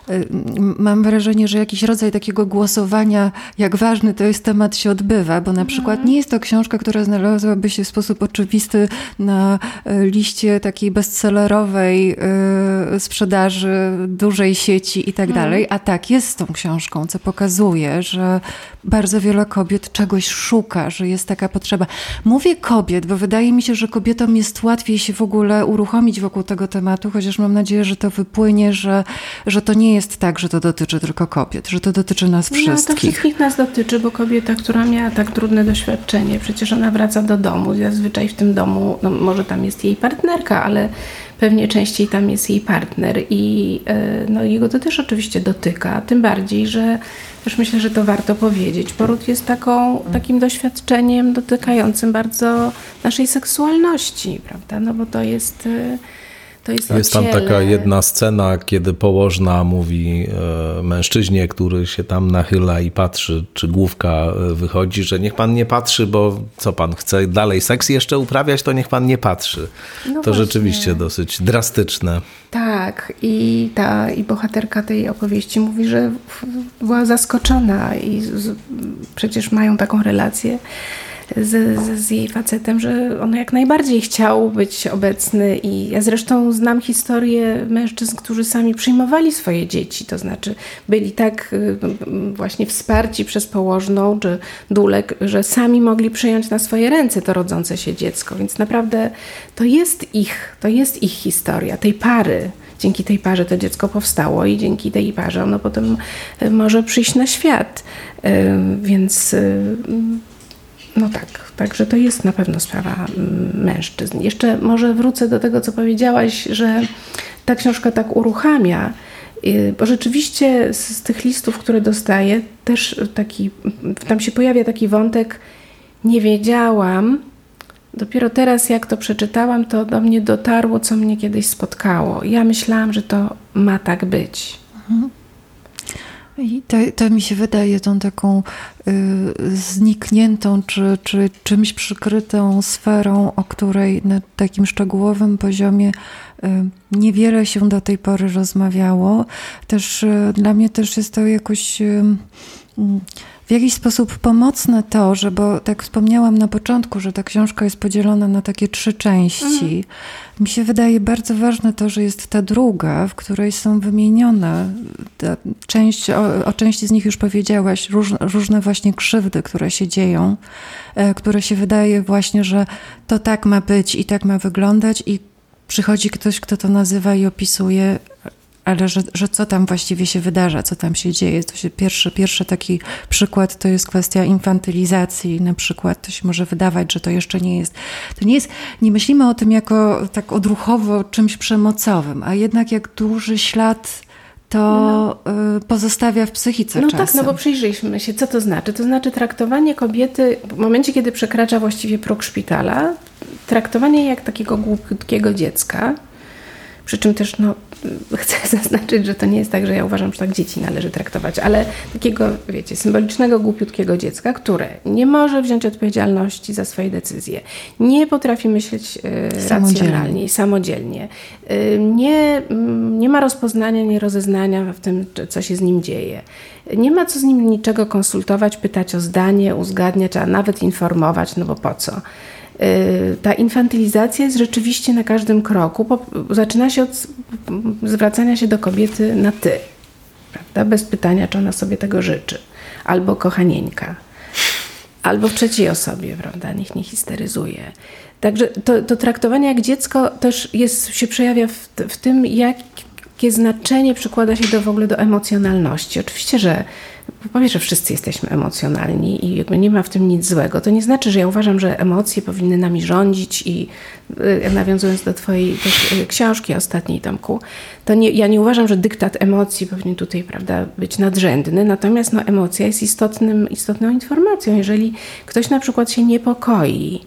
mam wrażenie, że jakiś rodzaj takiego głosowania, jak ważny to jest temat, się odbywa, bo na przykład nie jest to książka, która znalazłaby się w sposób oczywisty na liście takiej bestsellerowej sprzedaży dużej sieci i tak dalej, a tak jest z tą książką, co pokazuje, że bardzo wiele kobiet czegoś szuka, że jest taka potrzeba. Mówię kobiet, bo wydaje mi się, że kobietom jest łatwiej się w ogóle uruchomić wokół tego tematu, chociaż mam nadzieję, że to wypłynie, że, że to nie jest tak, że to dotyczy tylko kobiet, że to dotyczy nas wszystkich. No, to wszystkich nas dotyczy, bo kobieta, która miała tak trudne doświadczenie, przecież ona wraca do domu, zazwyczaj w tym domu, no może tam jest jej partnerka, ale pewnie częściej tam jest jej partner i no, jego to też oczywiście dotyka, tym bardziej, że też myślę, że to warto powiedzieć. Poród jest taką, takim doświadczeniem dotykającym bardzo naszej seksualności, prawda, no bo to jest... To jest jest tam taka jedna scena, kiedy położna mówi e, mężczyźnie, który się tam nachyla i patrzy, czy główka wychodzi, że niech pan nie patrzy, bo co pan chce dalej seks jeszcze uprawiać, to niech pan nie patrzy. No to właśnie. Rzeczywiście dosyć drastyczne. Tak, i ta i bohaterka tej opowieści mówi, że była zaskoczona i z, przecież mają taką relację Z, z, z jej facetem, że on jak najbardziej chciał być obecny i ja zresztą znam historię mężczyzn, którzy sami przyjmowali swoje dzieci, to znaczy byli tak właśnie wsparci przez położną czy dulek, że sami mogli przyjąć na swoje ręce to rodzące się dziecko, więc naprawdę to jest ich, to jest ich historia, tej pary. Dzięki tej parze to dziecko powstało i dzięki tej parze ono potem może przyjść na świat, więc no tak, także to jest na pewno sprawa mężczyzn. Jeszcze może wrócę do tego, co powiedziałaś, że ta książka tak uruchamia, bo rzeczywiście z tych listów, które dostaję, też taki, tam się pojawia taki wątek, nie wiedziałam, dopiero teraz jak to przeczytałam, to do mnie dotarło, co mnie kiedyś spotkało. Ja myślałam, że to ma tak być. Mhm. I to, to mi się wydaje tą taką y, znikniętą, czy, czy czymś przykrytą sferą, o której na takim szczegółowym poziomie y, niewiele się do tej pory rozmawiało. Też y, dla mnie też jest to jakoś... Y, w jakiś sposób pomocne to, że, bo tak wspomniałam na początku, że ta książka jest podzielona na takie trzy części. Mhm. Mi się wydaje bardzo ważne to, że jest ta druga, w której są wymienione, ta część, o, o części z nich już powiedziałaś, róż, różne właśnie krzywdy, które się dzieją, e, które się wydaje właśnie, że to tak ma być i tak ma wyglądać i przychodzi ktoś, kto to nazywa i opisuje, ale że, że co tam właściwie się wydarza, co tam się dzieje. To się pierwszy, pierwszy taki przykład to jest kwestia infantylizacji na przykład. To się może wydawać, że to jeszcze nie jest. To nie jest, nie myślimy o tym jako tak odruchowo czymś przemocowym, a jednak jak duży ślad to no. pozostawia w psychice no czasem. Tak, no bo przyjrzyjmy się, co to znaczy. To znaczy traktowanie kobiety w momencie, kiedy przekracza właściwie próg szpitala, traktowanie jak takiego głupiutkiego dziecka, przy czym też no, chcę zaznaczyć, że to nie jest tak, że ja uważam, że tak dzieci należy traktować, ale takiego, wiecie, symbolicznego, głupiutkiego dziecka, które nie może wziąć odpowiedzialności za swoje decyzje, nie potrafi myśleć y, racjonalnie i samodzielnie, y, nie, nie ma rozpoznania, nie rozeznania w tym, co się z nim dzieje. Nie ma co z nim niczego konsultować, pytać o zdanie, uzgadniać, a nawet informować, no bo po co? Ta infantylizacja jest rzeczywiście na każdym kroku. Zaczyna się od zwracania się do kobiety na ty, prawda? Bez pytania, czy ona sobie tego życzy. Albo kochanieńka. Albo w trzeciej osobie, prawda? Niech nie histeryzuje. Także to, to traktowanie jak dziecko też jest, się przejawia w, w tym, jak takie znaczenie przykłada się do w ogóle do emocjonalności. Oczywiście, że powie, że wszyscy jesteśmy emocjonalni i jakby nie ma w tym nic złego. To nie znaczy, że ja uważam, że emocje powinny nami rządzić i nawiązując do twojej też książki ostatniej, Tomku, to nie, ja nie uważam, że dyktat emocji powinien tutaj, prawda, być nadrzędny, natomiast no, emocja jest istotnym, istotną informacją. Jeżeli ktoś na przykład się niepokoi,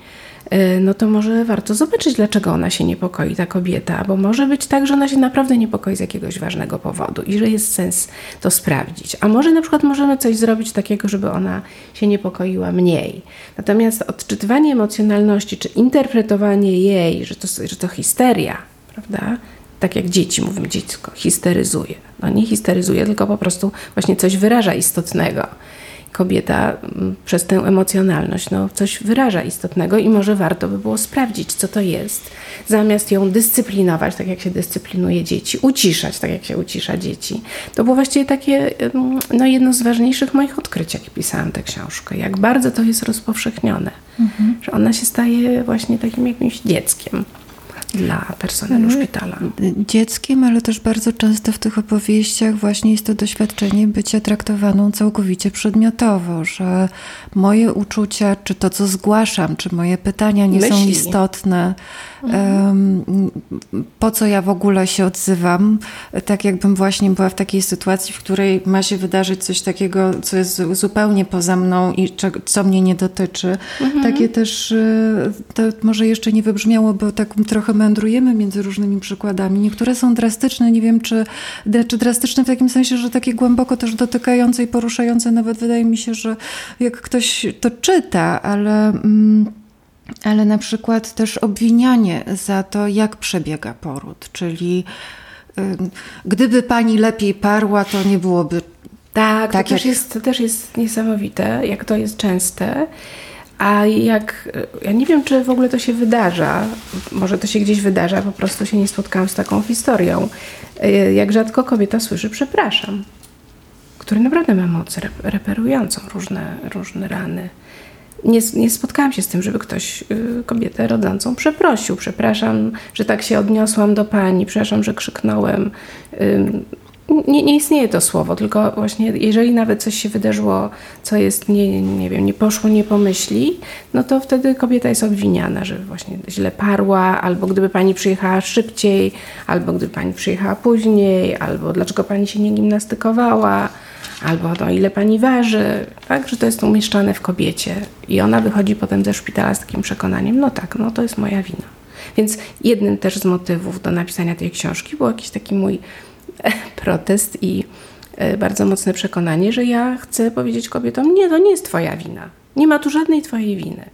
no to może warto zobaczyć, dlaczego ona się niepokoi, ta kobieta, bo może być tak, że ona się naprawdę niepokoi z jakiegoś ważnego powodu i że jest sens to sprawdzić. A może na przykład możemy coś zrobić takiego, żeby ona się niepokoiła mniej. Natomiast odczytywanie emocjonalności, czy interpretowanie jej, że to, że to histeria, prawda? Tak jak dzieci mówią, dziecko histeryzuje. No nie histeryzuje, tylko po prostu właśnie coś wyraża istotnego. Kobieta przez tę emocjonalność no, coś wyraża istotnego i może warto by było sprawdzić, co to jest, zamiast ją dyscyplinować, tak jak się dyscyplinuje dzieci, uciszać, tak jak się ucisza dzieci. To było właściwie takie no, jedno z ważniejszych moich odkryć, jak pisałam tę książkę, jak bardzo to jest rozpowszechnione, mhm. że ona się staje właśnie takim jakimś dzieckiem dla personelu szpitala. Dzieckiem, ale też bardzo często w tych opowieściach właśnie jest to doświadczenie bycia traktowaną całkowicie przedmiotowo, że moje uczucia, czy to, co zgłaszam, czy moje pytania nie Myśli. są istotne. Mhm. Po co ja w ogóle się odzywam? Tak jakbym właśnie była w takiej sytuacji, w której ma się wydarzyć coś takiego, co jest zupełnie poza mną i co mnie nie dotyczy. Mhm. Takie też, to może jeszcze nie wybrzmiało, bo tak trochę mędrujemy między różnymi przykładami. Niektóre są drastyczne, nie wiem, czy, czy drastyczne w takim sensie, że takie głęboko też dotykające i poruszające. Nawet wydaje mi się, że jak ktoś to czyta, ale... Mm, ale na przykład też obwinianie za to, jak przebiega poród, czyli y, gdyby pani lepiej parła, to nie byłoby tak. tak to, też jak... jest, to też jest niesamowite, jak to jest częste. A jak, ja nie wiem, czy w ogóle to się wydarza, może to się gdzieś wydarza, po prostu się nie spotkałam z taką historią. Jak rzadko kobieta słyszy przepraszam, który naprawdę ma moc reperującą różne, różne rany. Nie, nie spotkałam się z tym, żeby ktoś y, kobietę rodzącą przeprosił. Przepraszam, że tak się odniosłam do pani, przepraszam, że krzyknąłem. Y, nie, nie istnieje to słowo, tylko właśnie jeżeli nawet coś się wydarzyło, co jest, nie, nie wiem, nie poszło, nie pomyśli, no to wtedy kobieta jest obwiniana, że właśnie źle parła, albo gdyby pani przyjechała szybciej, albo gdyby pani przyjechała później, albo dlaczego pani się nie gimnastykowała, albo no, ile pani waży, tak, że to jest umieszczane w kobiecie i ona wychodzi potem ze szpitala z takim przekonaniem, no tak, no to jest moja wina. Więc jednym też z motywów do napisania tej książki był jakiś taki mój protest i bardzo mocne przekonanie, że ja chcę powiedzieć kobietom, nie, to nie jest twoja wina, nie ma tu żadnej twojej winy.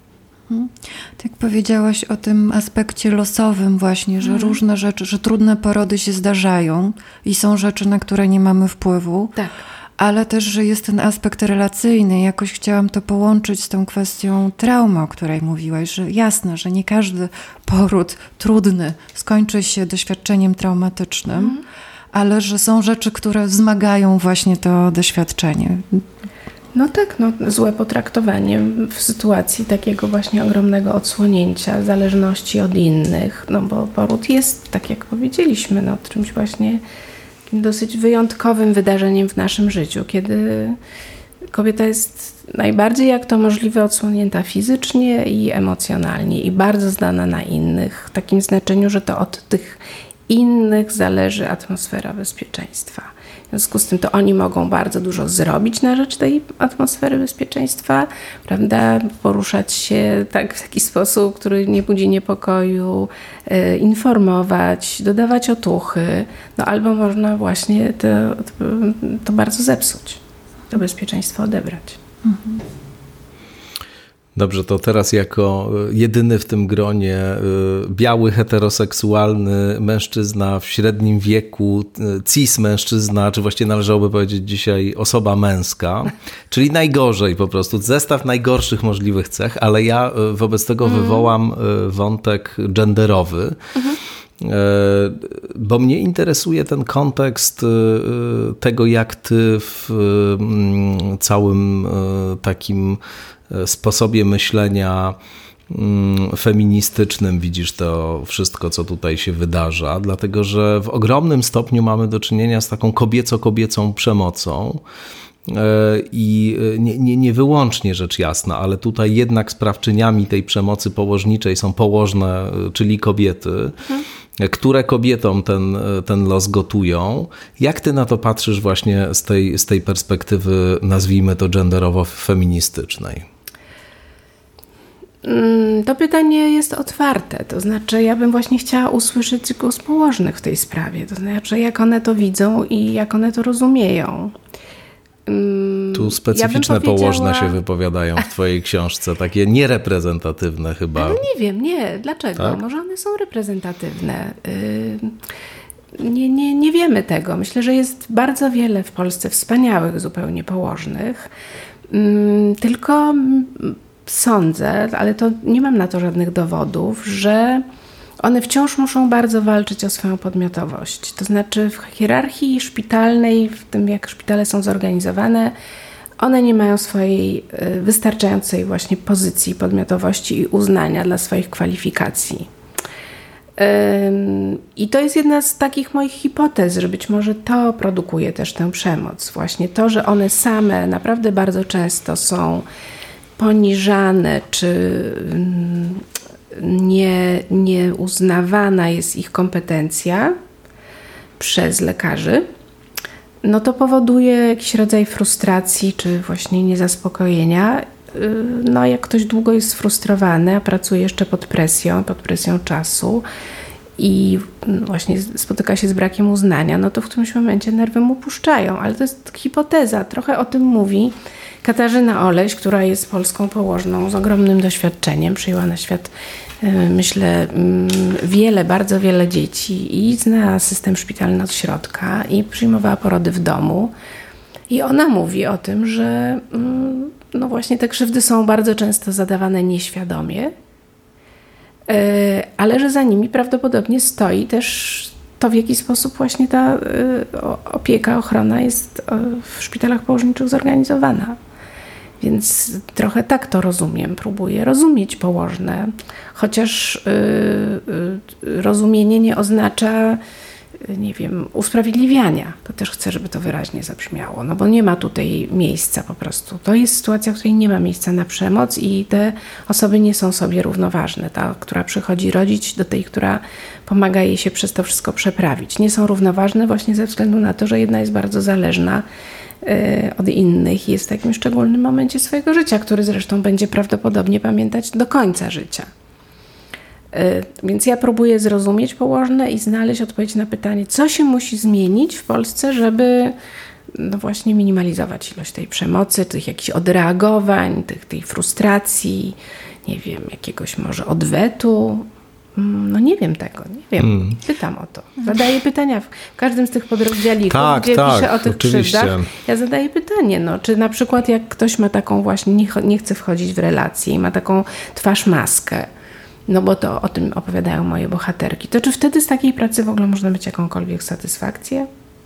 Tak powiedziałaś o tym aspekcie losowym właśnie, że hmm. różne rzeczy, że trudne porody się zdarzają i są rzeczy, na które nie mamy wpływu. Tak. Ale też, że jest ten aspekt relacyjny. Jakoś chciałam to połączyć z tą kwestią traumy, o której mówiłaś, że jasne, że nie każdy poród trudny skończy się doświadczeniem traumatycznym, mm. ale że są rzeczy, które wzmagają właśnie to doświadczenie. No tak, no, złe potraktowanie w sytuacji takiego właśnie ogromnego odsłonięcia, zależności od innych, no bo poród jest, tak jak powiedzieliśmy, no, czymś właśnie dosyć wyjątkowym wydarzeniem w naszym życiu, kiedy kobieta jest najbardziej jak to możliwe odsłonięta fizycznie i emocjonalnie i bardzo zdana na innych, w takim znaczeniu, że to od tych innych zależy atmosfera bezpieczeństwa. W związku z tym to oni mogą bardzo dużo zrobić na rzecz tej atmosfery bezpieczeństwa, prawda? Poruszać się tak, w taki sposób, który nie budzi niepokoju, e, informować, dodawać otuchy, no albo można właśnie to, to, to bardzo zepsuć, to bezpieczeństwo odebrać. Mhm. Dobrze, to teraz jako jedyny w tym gronie biały, heteroseksualny mężczyzna w średnim wieku, cis mężczyzna, czy właściwie należałoby powiedzieć dzisiaj osoba męska, czyli najgorzej po prostu, zestaw najgorszych możliwych cech, ale ja wobec tego mm. wywołam wątek genderowy. Mhm. Bo mnie interesuje ten kontekst tego, jak ty w całym takim sposobie myślenia feministycznym widzisz to wszystko, co tutaj się wydarza, dlatego że w ogromnym stopniu mamy do czynienia z taką kobieco-kobiecą przemocą i nie, nie, nie wyłącznie rzecz jasna, ale tutaj jednak sprawczyniami tej przemocy położniczej są położne, czyli kobiety, hmm. które kobietom ten, ten los gotują. Jak ty na to patrzysz właśnie z tej, z tej perspektywy, nazwijmy to genderowo-feministycznej? To pytanie jest otwarte, to znaczy ja bym właśnie chciała usłyszeć głos położnych w tej sprawie, to znaczy jak one to widzą i jak one to rozumieją. Tu specyficzne ja powiedziała... położne się wypowiadają w twojej książce, takie niereprezentatywne chyba. Ale nie wiem, nie, dlaczego? Tak? Może one są reprezentatywne. Nie, nie, nie wiemy tego. Myślę, że jest bardzo wiele w Polsce wspaniałych zupełnie położnych, tylko sądzę, ale to nie mam na to żadnych dowodów, że one wciąż muszą bardzo walczyć o swoją podmiotowość. To znaczy w hierarchii szpitalnej, w tym jak szpitale są zorganizowane, one nie mają swojej wystarczającej właśnie pozycji, podmiotowości i uznania dla swoich kwalifikacji. I to jest jedna z takich moich hipotez, że być może to produkuje też tę przemoc. Właśnie to, że one same naprawdę bardzo często są poniżane, czy nie, nie uznawana jest ich kompetencja przez lekarzy, no to powoduje jakiś rodzaj frustracji, czy właśnie niezaspokojenia. No jak ktoś długo jest sfrustrowany, a pracuje jeszcze pod presją, pod presją czasu i właśnie spotyka się z brakiem uznania, no to w którymś momencie nerwy mu puszczają. Ale to jest hipoteza, trochę o tym mówi Katarzyna Oleś, która jest polską położną z ogromnym doświadczeniem. Przyjęła na świat, myślę, wiele, bardzo wiele dzieci i zna system szpitalny od środka i przyjmowała porody w domu. I ona mówi o tym, że no właśnie te krzywdy są bardzo często zadawane nieświadomie, ale że za nimi prawdopodobnie stoi też to, w jaki sposób właśnie ta opieka, ochrona jest w szpitalach położniczych zorganizowana. Więc trochę tak to rozumiem, próbuję rozumieć położne, chociaż yy, yy, rozumienie nie oznacza, yy, nie wiem, usprawiedliwiania. To też chcę, żeby to wyraźnie zabrzmiało, no bo nie ma tutaj miejsca po prostu. To jest sytuacja, w której nie ma miejsca na przemoc i te osoby nie są sobie równoważne. Ta, która przychodzi rodzić, do tej, która pomaga jej się przez to wszystko przeprawić. Nie są równoważne właśnie ze względu na to, że jedna jest bardzo zależna od innych i jest w takim szczególnym momencie swojego życia, który zresztą będzie prawdopodobnie pamiętać do końca życia. Więc ja próbuję zrozumieć położne i znaleźć odpowiedź na pytanie, co się musi zmienić w Polsce, żeby no właśnie minimalizować ilość tej przemocy, tych jakichś odreagowań, tych, tej frustracji, nie wiem, jakiegoś może odwetu. No nie wiem tego, nie wiem. Hmm. Pytam o to. Zadaję pytania w każdym z tych podrozdziałów, tak, gdzie tak, piszę o tych oczywiście. krzywdach. Ja zadaję pytanie, no, czy na przykład jak ktoś ma taką właśnie, nie, nie chce wchodzić w relacje i ma taką twarz maskę, no bo to o tym opowiadają moje bohaterki, to czy wtedy z takiej pracy w ogóle można mieć jakąkolwiek satysfakcję?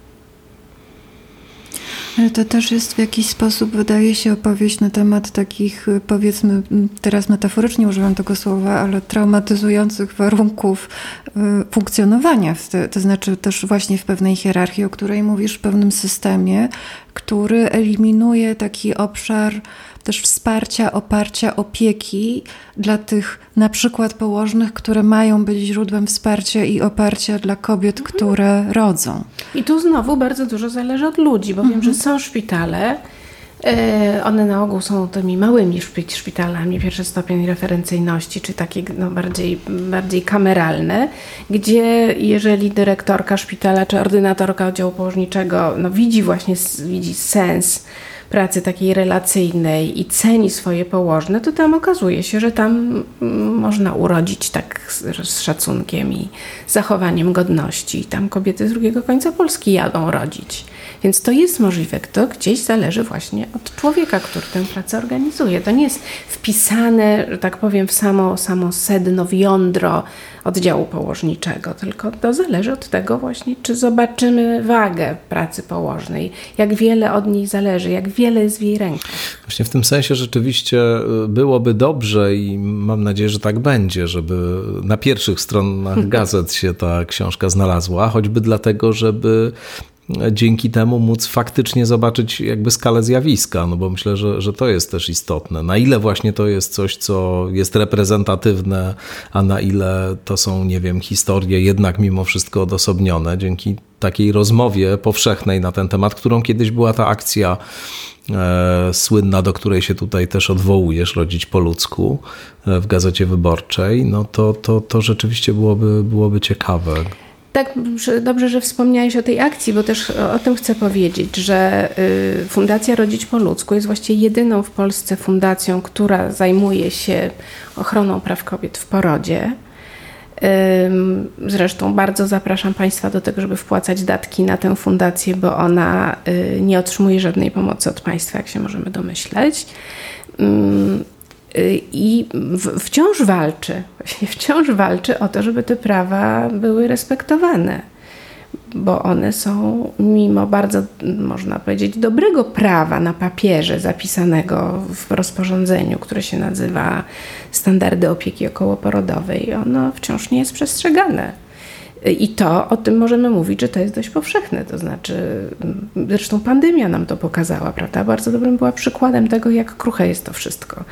Ale to też jest w jakiś sposób, wydaje się, opowieść na temat takich, powiedzmy, teraz metaforycznie używam tego słowa, ale traumatyzujących warunków funkcjonowania. To znaczy też właśnie w pewnej hierarchii, o której mówisz, w pewnym systemie, który eliminuje taki obszar też wsparcia, oparcia, opieki dla tych na przykład położnych, które mają być źródłem wsparcia i oparcia dla kobiet, mhm. które rodzą. I tu znowu bardzo dużo zależy od ludzi, bo mhm. wiem, że są szpitale, one na ogół są tymi małymi szpitalami, pierwszy stopień referencyjności, czy takie no, bardziej, bardziej kameralne, gdzie jeżeli dyrektorka szpitala, czy ordynatorka oddziału położniczego no, widzi właśnie widzi sens pracy takiej relacyjnej i ceni swoje położne, to tam okazuje się, że tam można urodzić tak z, z szacunkiem i zachowaniem godności. I tam kobiety z drugiego końca Polski jadą rodzić. Więc to jest możliwe. To gdzieś zależy właśnie od człowieka, który tę pracę organizuje. To nie jest wpisane, że tak powiem, w samo, samo sedno, w jądro oddziału położniczego, tylko to zależy od tego właśnie, czy zobaczymy wagę pracy położnej, jak wiele od niej zależy, jak wiele jest w jej rękach. Właśnie w tym sensie rzeczywiście byłoby dobrze i mam nadzieję, że tak będzie, żeby na pierwszych stronach gazet się ta książka znalazła, choćby dlatego, żeby dzięki temu móc faktycznie zobaczyć jakby skalę zjawiska, no bo myślę, że, że to jest też istotne. Na ile właśnie to jest coś, co jest reprezentatywne, a na ile to są, nie wiem, historie jednak mimo wszystko odosobnione, dzięki takiej rozmowie powszechnej na ten temat, którą kiedyś była ta akcja e, słynna, do której się tutaj też odwołujesz, Rodzić po ludzku, e, w Gazecie Wyborczej, no to, to, to rzeczywiście byłoby, byłoby ciekawe. Tak, dobrze, że wspomniałeś o tej akcji, bo też o tym chcę powiedzieć, że Fundacja Rodzić po ludzku jest właściwie jedyną w Polsce fundacją, która zajmuje się ochroną praw kobiet w porodzie. Zresztą bardzo zapraszam Państwa do tego, żeby wpłacać datki na tę fundację, bo ona nie otrzymuje żadnej pomocy od państwa, jak się możemy domyśleć. I wciąż walczy, właśnie wciąż walczy o to, żeby te prawa były respektowane, bo one są mimo bardzo, można powiedzieć, dobrego prawa na papierze zapisanego w rozporządzeniu, które się nazywa Standardy opieki okołoporodowej, ono wciąż nie jest przestrzegane. I to, o tym możemy mówić, że to jest dość powszechne, to znaczy, zresztą pandemia nam to pokazała, prawda? Bardzo dobrym była przykładem tego, jak kruche jest to wszystko.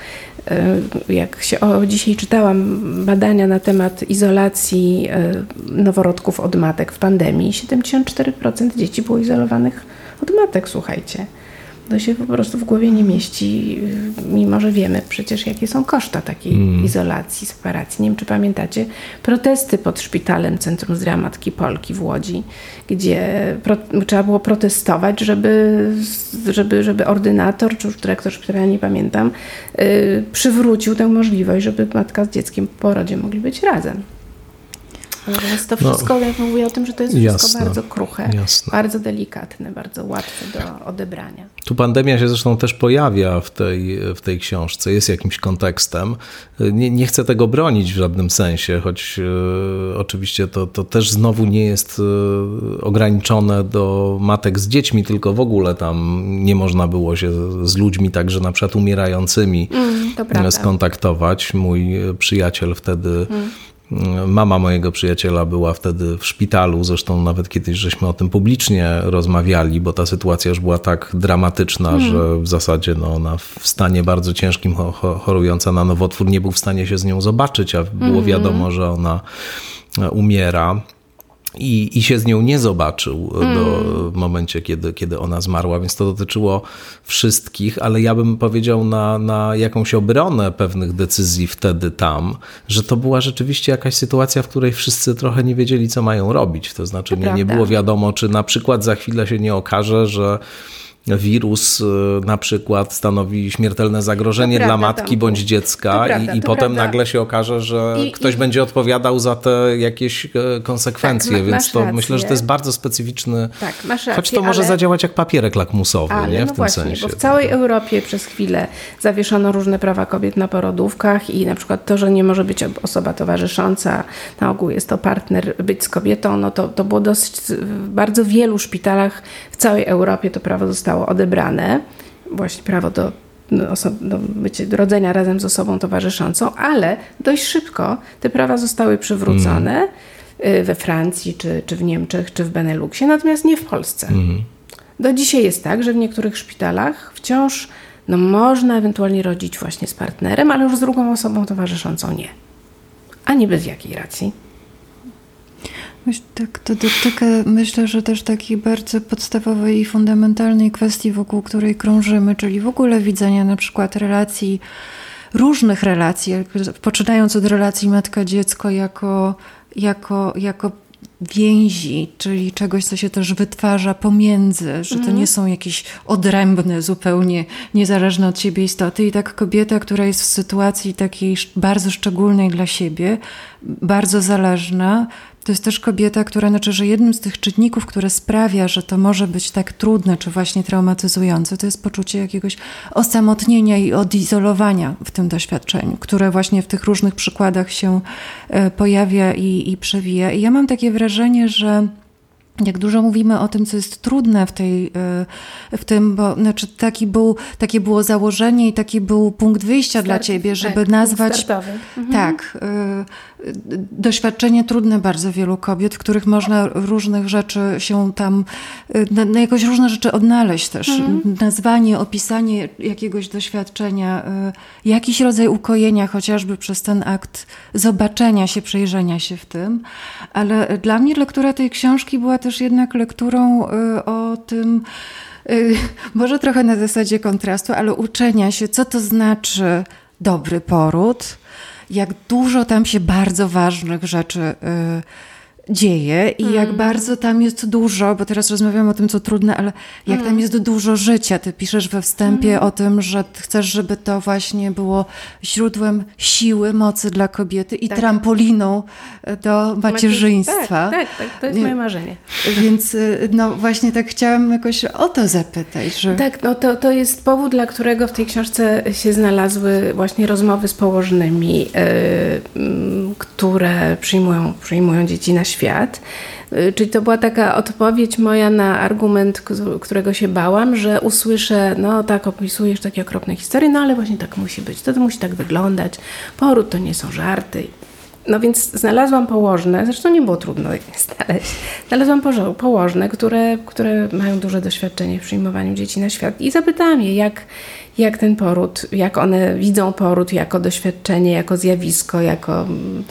Jak się o, dzisiaj czytałam badania na temat izolacji noworodków od matek w pandemii, siedemdziesiąt cztery procent dzieci było izolowanych od matek, słuchajcie. To się po prostu w głowie nie mieści, mimo że wiemy przecież, jakie są koszta takiej mm. izolacji, separacji. Nie wiem, czy pamiętacie protesty pod szpitalem Centrum Zdrowia Matki Polki w Łodzi, gdzie pro, trzeba było protestować, żeby, żeby, żeby ordynator, czy już dyrektor szpitala, nie pamiętam, yy, przywrócił tę możliwość, żeby matka z dzieckiem po porodzie mogli być razem. Natomiast to wszystko, no, jak mówię o tym, że to jest wszystko jasne, bardzo kruche, jasne. Bardzo delikatne, bardzo łatwe do odebrania. Tu pandemia się zresztą też pojawia w tej, w tej książce, jest jakimś kontekstem. Nie, nie chcę tego bronić w żadnym sensie, choć e, oczywiście to, to też znowu nie jest e, ograniczone do matek z dziećmi, tylko w ogóle tam nie można było się z ludźmi także na przykład umierającymi mm, skontaktować. Mój przyjaciel wtedy mm. Mama mojego przyjaciela była wtedy w szpitalu, zresztą nawet kiedyś żeśmy o tym publicznie rozmawiali, bo ta sytuacja już była tak dramatyczna, hmm. że w zasadzie no, ona w stanie bardzo ciężkim, chorująca na nowotwór, nie był w stanie się z nią zobaczyć, a było hmm. wiadomo, że ona umiera. I, I się z nią nie zobaczył mm. do, w momencie, kiedy, kiedy ona zmarła, więc to dotyczyło wszystkich, ale ja bym powiedział na, na jakąś obronę pewnych decyzji wtedy tam, że to była rzeczywiście jakaś sytuacja, w której wszyscy trochę nie wiedzieli, co mają robić. To znaczy nie, nie było wiadomo, czy na przykład za chwilę się nie okaże, że wirus na przykład stanowi śmiertelne zagrożenie to dla prawda, matki Tomku. bądź dziecka prawda, i, i potem prawda. nagle się okaże, że I, ktoś i... będzie odpowiadał za te jakieś konsekwencje, tak, więc to rację. myślę, że to jest bardzo specyficzny, tak, masz rację, choć to może ale... zadziałać jak papierek lakmusowy, ale nie? W no tym właśnie, sensie. bo w całej Europie przez chwilę zawieszono różne prawa kobiet na porodówkach i na przykład to, że nie może być osoba towarzysząca, na ogół jest to partner być z kobietą, no to, to było dosyć, w bardzo wielu szpitalach w całej Europie to prawo zostało odebrane. Właśnie prawo do, do bycia, do rodzenia razem z osobą towarzyszącą, ale dość szybko te prawa zostały przywrócone mm. we Francji, czy, czy w Niemczech, czy w Beneluxie, natomiast nie w Polsce. Mm. Do dzisiaj jest tak, że w niektórych szpitalach wciąż no, można ewentualnie rodzić właśnie z partnerem, ale już z drugą osobą towarzyszącą nie. A nie bez jakiej racji. Tak, to dotyka, myślę, że też takiej bardzo podstawowej i fundamentalnej kwestii, wokół której krążymy, czyli w ogóle widzenia na przykład relacji, różnych relacji, poczynając od relacji matka-dziecko jako, jako, jako więzi, czyli czegoś, co się też wytwarza pomiędzy, że to nie są jakieś odrębne, zupełnie niezależne od siebie istoty. I tak kobieta, która jest w sytuacji takiej bardzo szczególnej dla siebie, bardzo zależna, To jest też kobieta, która, znaczy, że jednym z tych czynników, które sprawia, że to może być tak trudne, czy właśnie traumatyzujące, to jest poczucie jakiegoś osamotnienia i odizolowania w tym doświadczeniu, które właśnie w tych różnych przykładach się pojawia i, i przewija. I ja mam takie wrażenie, że jak dużo mówimy o tym, co jest trudne w, tej, w tym, bo znaczy taki był, takie było założenie i taki był punkt wyjścia Start, dla ciebie, żeby tak, nazwać mhm. tak, y, doświadczenie trudne bardzo wielu kobiet, w których można różnych rzeczy się tam, na, na jakoś różne rzeczy odnaleźć też. Mhm. Nazwanie, opisanie jakiegoś doświadczenia, y, jakiś rodzaj ukojenia, chociażby przez ten akt zobaczenia się, przejrzenia się w tym. Ale dla mnie lektura tej książki była też jednak lekturą y, o tym, y, może trochę na zasadzie kontrastu, ale uczenia się, co to znaczy dobry poród, jak dużo tam się bardzo ważnych rzeczy y, dzieje i mm. jak bardzo tam jest dużo, bo teraz rozmawiamy o tym, co trudne, ale jak mm. tam jest dużo życia. Ty piszesz we wstępie mm. o tym, że chcesz, żeby to właśnie było źródłem siły, mocy dla kobiety i tak. trampoliną do macierzyństwa. Tak, tak, tak, to jest moje marzenie. Więc no właśnie tak chciałam jakoś o to zapytać. Że... Tak, no to, to jest powód, dla którego w tej książce się znalazły właśnie rozmowy z położnymi, yy, yy, które przyjmują, przyjmują dzieci na świat. Czyli to była taka odpowiedź moja na argument, którego się bałam, że usłyszę, no tak, opisujesz takie okropne historie, no ale właśnie tak musi być, to, to musi tak wyglądać, poród to nie są żarty. No więc znalazłam położne, zresztą nie było trudno je znaleźć, znalazłam położne, które, które mają duże doświadczenie w przyjmowaniu dzieci na świat i zapytałam je, jak, jak ten poród, jak one widzą poród jako doświadczenie, jako zjawisko, jako,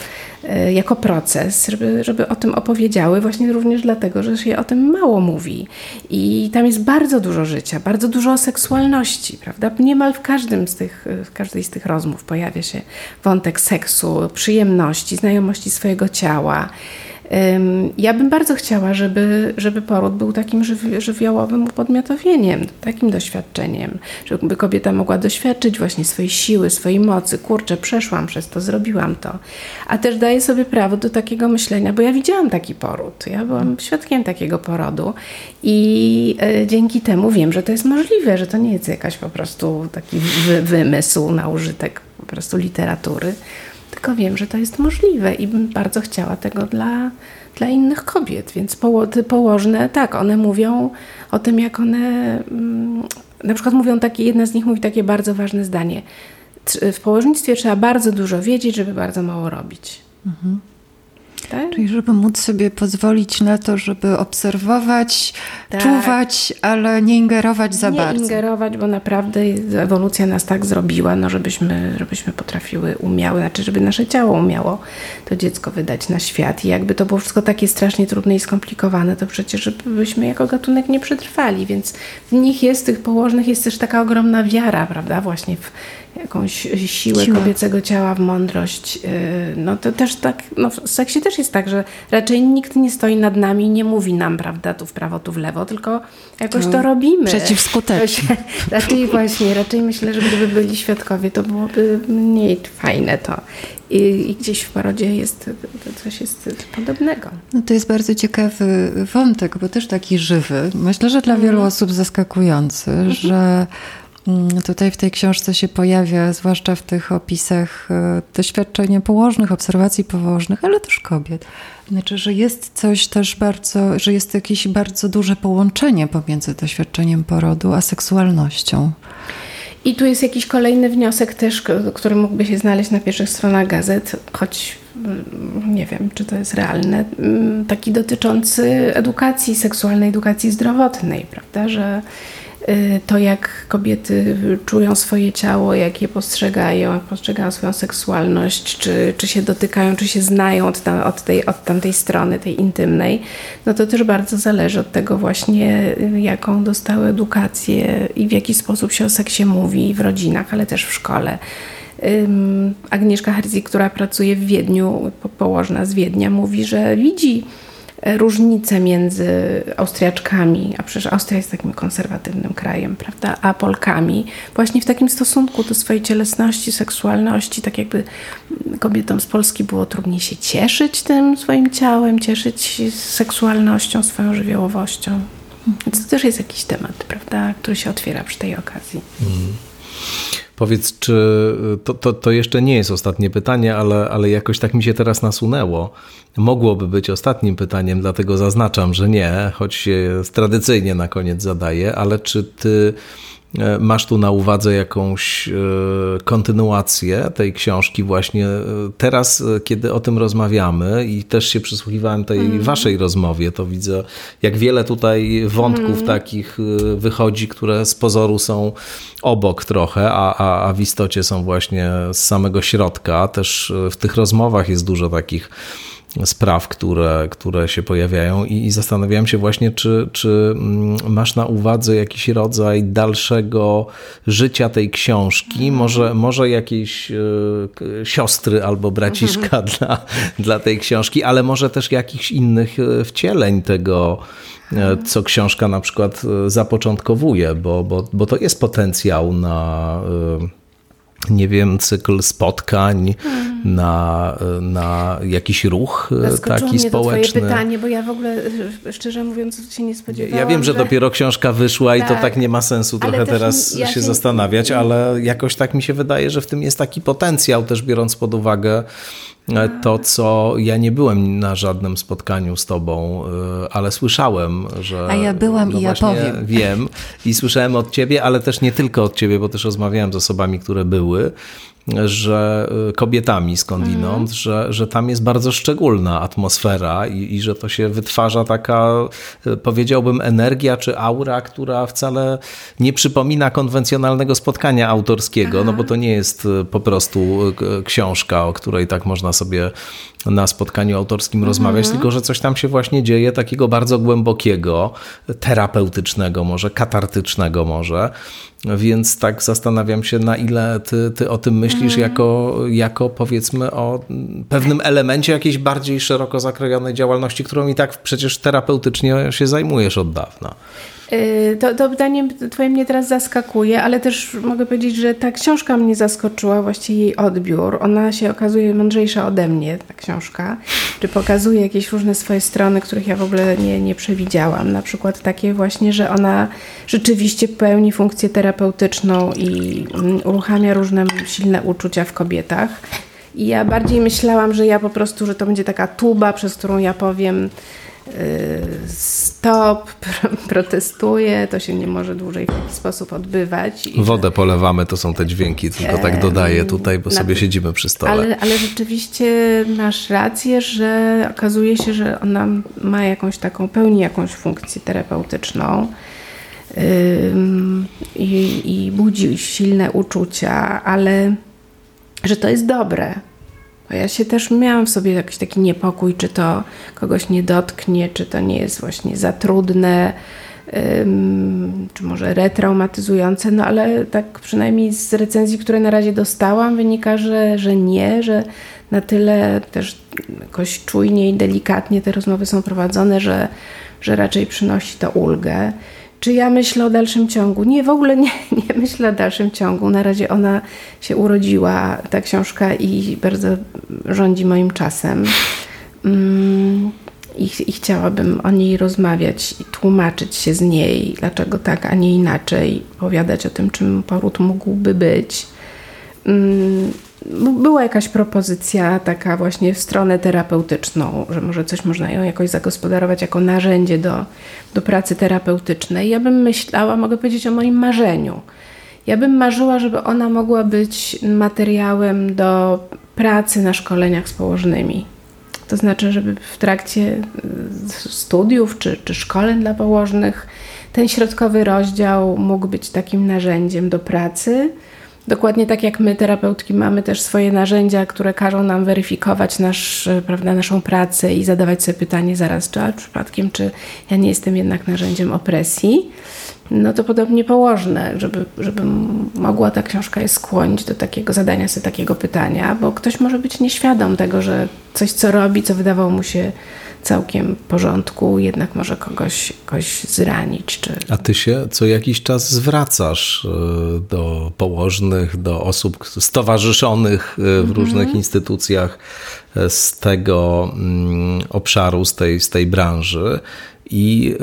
jako proces, żeby, żeby o tym opowiedziały, właśnie również dlatego, że się o tym mało mówi. I tam jest bardzo dużo życia, bardzo dużo seksualności, prawda? Niemal w każdym z tych, w każdej z tych rozmów pojawia się wątek seksu, przyjemności, znajomości swojego ciała. Ja bym bardzo chciała, żeby, żeby poród był takim żywiołowym upodmiotowieniem, takim doświadczeniem, żeby kobieta mogła doświadczyć właśnie swojej siły, swojej mocy. Kurczę, przeszłam przez to, zrobiłam to. A też daję sobie prawo do takiego myślenia, bo ja widziałam taki poród. Ja byłam świadkiem takiego porodu i y, dzięki temu wiem, że to jest możliwe, że to nie jest jakaś po prostu taki wy, wymysł na użytek po prostu literatury. Tylko wiem, że to jest możliwe i bym bardzo chciała tego dla, dla innych kobiet. Więc poło, położne, tak, one mówią o tym, jak one, mm, na przykład mówią takie, jedna z nich mówi takie bardzo ważne zdanie. W położnictwie trzeba bardzo dużo wiedzieć, żeby bardzo mało robić. Mhm. Tak? Czyli żeby móc sobie pozwolić na to, żeby obserwować, tak. czuwać, ale nie ingerować za nie bardzo. Nie ingerować, bo naprawdę ewolucja nas tak zrobiła, no żebyśmy, żebyśmy potrafiły, umiały, znaczy żeby nasze ciało umiało to dziecko wydać na świat. I jakby to było wszystko takie strasznie trudne i skomplikowane, to przecież byśmy jako gatunek nie przetrwali. Więc w nich jest, tych położnych jest też taka ogromna wiara, prawda, właśnie w jakąś siłę Siła. kobiecego ciała, w mądrość. No to też tak, no w seksie też jest tak, że raczej nikt nie stoi nad nami i nie mówi nam, prawda, tu w prawo, tu w lewo, tylko jakoś to, to robimy. Przeciwskutecznie. Raczej właśnie, raczej myślę, że gdyby byli świadkowie, to byłoby mniej fajne to. I, i gdzieś w porodzie jest coś jest podobnego. No to jest bardzo ciekawy wątek, bo też taki żywy. Myślę, że dla wielu osób zaskakujący, mhm. że tutaj w tej książce się pojawia, zwłaszcza w tych opisach doświadczenia położnych, obserwacji położnych, ale też kobiet. Znaczy, że jest coś też bardzo, że jest jakieś bardzo duże połączenie pomiędzy doświadczeniem porodu a seksualnością. I tu jest jakiś kolejny wniosek też, który mógłby się znaleźć na pierwszych stronach gazet, choć nie wiem, czy to jest realne, taki dotyczący edukacji seksualnej, edukacji zdrowotnej, prawda, że to jak kobiety czują swoje ciało, jak je postrzegają, jak postrzegają swoją seksualność, czy, czy się dotykają, czy się znają od, tam, od, tej, od tamtej strony, tej intymnej, no to też bardzo zależy od tego właśnie, jaką dostały edukację i w jaki sposób się o seksie mówi w rodzinach, ale też w szkole. Um, Agnieszka Herzik, która pracuje w Wiedniu, położna z Wiednia, mówi, że widzi różnice między Austriaczkami, a przecież Austria jest takim konserwatywnym krajem, prawda, a Polkami, właśnie w takim stosunku do swojej cielesności, seksualności, tak jakby kobietom z Polski było trudniej się cieszyć tym swoim ciałem, cieszyć się seksualnością, swoją żywiołowością. Więc to też jest jakiś temat, prawda, który się otwiera przy tej okazji. Hmm. Powiedz, czy to, to, to jeszcze nie jest ostatnie pytanie, ale, ale jakoś tak mi się teraz nasunęło. Mogłoby być ostatnim pytaniem, dlatego zaznaczam, że nie, choć się tradycyjnie na koniec zadaję, ale czy ty masz tu na uwadze jakąś kontynuację tej książki właśnie teraz, kiedy o tym rozmawiamy i też się przysłuchiwałem tej mm. waszej rozmowie, to widzę, jak wiele tutaj wątków mm. takich wychodzi, które z pozoru są obok trochę, a, a, a w istocie są właśnie z samego środka. Też w tych rozmowach jest dużo takich spraw, które, które się pojawiają i, i zastanawiałem się właśnie, czy, czy masz na uwadze jakiś rodzaj dalszego życia tej książki, może, może jakiejś y, siostry albo braciszka mhm. dla, dla tej książki, ale może też jakichś innych wcieleń tego, co książka na przykład zapoczątkowuje, bo, bo, bo to jest potencjał na... Y, nie wiem, cykl spotkań, hmm. na, na jakiś ruch Zaskoczyło taki mnie społeczny. To twoje pytanie, bo ja w ogóle, szczerze mówiąc, się nie spodziewałam. Ja wiem, że, że dopiero książka wyszła tak, i to tak nie ma sensu trochę teraz ja się, się zastanawiać, ale jakoś tak mi się wydaje, że w tym jest taki potencjał, też biorąc pod uwagę to, co ja nie byłem na żadnym spotkaniu z tobą, ale słyszałem, że... A ja byłam no i ja powiem. Wiem i słyszałem od ciebie, ale też nie tylko od ciebie, bo też rozmawiałem z osobami, które były, że kobietami skądinąd, mm. że, że tam jest bardzo szczególna atmosfera i, i że to się wytwarza taka, powiedziałbym, energia czy aura, która wcale nie przypomina konwencjonalnego spotkania autorskiego, Aha. no bo to nie jest po prostu książka, o której tak można sobie na spotkaniu autorskim rozmawiać, mm. tylko że coś tam się właśnie dzieje takiego bardzo głębokiego, terapeutycznego może, katartycznego może. Więc tak zastanawiam się, na ile ty, ty o tym myślisz mm. jako, jako powiedzmy o pewnym elemencie jakiejś bardziej szeroko zakrojonej działalności, którą i tak przecież terapeutycznie się zajmujesz od dawna. To, to pytanie twoje mnie teraz zaskakuje, ale też mogę powiedzieć, że ta książka mnie zaskoczyła, właściwie jej odbiór. Ona się okazuje mądrzejsza ode mnie, ta książka, czy pokazuje jakieś różne swoje strony, których ja w ogóle nie, nie przewidziałam. Na przykład takie właśnie, że ona rzeczywiście pełni funkcję terapeutyczną i uruchamia różne silne uczucia w kobietach. I ja bardziej myślałam, że ja po prostu, że to będzie taka tuba, przez którą ja powiem stop, protestuję, to się nie może dłużej w taki sposób odbywać. I Wodę że... polewamy, to są te dźwięki, tylko tak dodaję tutaj, bo sobie siedzimy przy stole. Ale, ale rzeczywiście masz rację, że okazuje się, że ona ma jakąś taką, pełni jakąś funkcję terapeutyczną yy, i, i budzi silne uczucia, ale że to jest dobre. Bo ja się też miałam w sobie jakiś taki niepokój, czy to kogoś nie dotknie, czy to nie jest właśnie za trudne, ym, czy może retraumatyzujące, no ale tak przynajmniej z recenzji, które na razie dostałam, wynika, że, że nie, że na tyle też jakoś czujnie i delikatnie te rozmowy są prowadzone, że, że raczej przynosi to ulgę. Czy ja myślę o dalszym ciągu? Nie, w ogóle nie, nie myślę o dalszym ciągu. Na razie ona się urodziła, ta książka, i bardzo rządzi moim czasem. Mm, i, I chciałabym o niej rozmawiać i tłumaczyć się z niej, dlaczego tak, a nie inaczej. Opowiadać o tym, czym poród mógłby być. Mm, była jakaś propozycja taka właśnie w stronę terapeutyczną, że może coś można ją jakoś zagospodarować jako narzędzie do, do pracy terapeutycznej. Ja bym myślała, mogę powiedzieć o moim marzeniu. Ja bym marzyła, żeby ona mogła być materiałem do pracy na szkoleniach z położnymi. To znaczy, żeby w trakcie studiów czy, czy szkoleń dla położnych ten środkowy rozdział mógł być takim narzędziem do pracy. Dokładnie tak jak my, terapeutki, mamy też swoje narzędzia, które każą nam weryfikować nasz, prawda, naszą pracę i zadawać sobie pytanie zaraz, czy a przypadkiem, czy ja nie jestem jednak narzędziem opresji. No to podobnie położne, żeby, żeby mogła ta książka je skłonić do takiego zadania sobie takiego pytania, bo ktoś może być nieświadom tego, że coś, co robi, co wydawało mu się całkiem w porządku, jednak może kogoś, kogoś zranić. Czy... A ty się co jakiś czas zwracasz do położnych, do osób stowarzyszonych w różnych mhm. instytucjach z tego obszaru, z tej, z tej branży i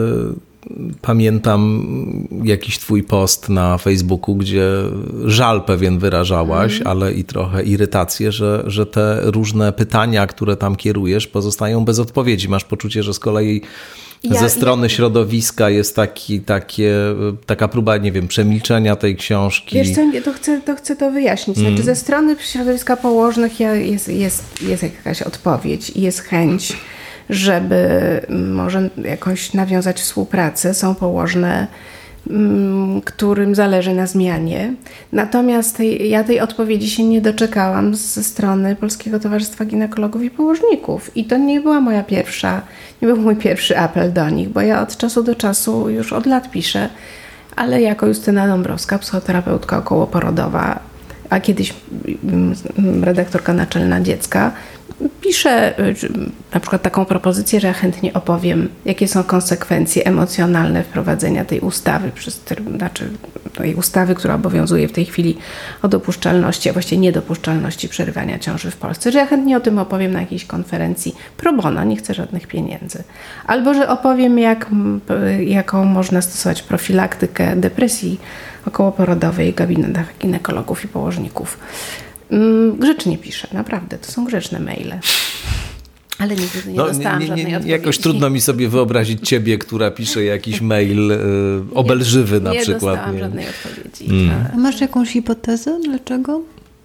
pamiętam jakiś twój post na Facebooku, gdzie żal pewien wyrażałaś, mm. ale i trochę irytację, że, że te różne pytania, które tam kierujesz, pozostają bez odpowiedzi. Masz poczucie, że z kolei ja, ze strony ja... środowiska jest taki, takie, taka próba, nie wiem, przemilczenia tej książki. Wiesz co, to chcę to, chcę to wyjaśnić. Znaczy, mm. ze strony środowiska położnych jest, jest, jest jakaś odpowiedź i jest chęć, żeby może jakoś nawiązać współpracę. Są położne, którym zależy na zmianie. Natomiast tej, ja tej odpowiedzi się nie doczekałam ze strony Polskiego Towarzystwa Ginekologów i Położników. I to nie była moja pierwsza, nie był mój pierwszy apel do nich, bo ja od czasu do czasu już od lat piszę, ale jako Justyna Dąbrowska, psychoterapeutka okołoporodowa, a kiedyś redaktorka naczelna Dziecka, piszę na przykład taką propozycję, że ja chętnie opowiem, jakie są konsekwencje emocjonalne wprowadzenia tej ustawy, przez, znaczy tej ustawy, która obowiązuje w tej chwili o dopuszczalności, a właściwie niedopuszczalności przerywania ciąży w Polsce, że ja chętnie o tym opowiem na jakiejś konferencji pro bono, nie chcę żadnych pieniędzy. Albo, że opowiem, jak, jaką można stosować profilaktykę depresji okołoporodowej w gabinetach ginekologów i położników. Grzecznie piszę, naprawdę, to są grzeczne maile. Ale nigdy nie no, dostałam nie, nie, żadnej nie, odpowiedzi. Jakoś trudno mi sobie wyobrazić ciebie, która pisze jakiś mail y, obelżywy nie, na nie przykład. Dostałam nie dostałam żadnej odpowiedzi. Mm. A masz jakąś hipotezę? Dlaczego?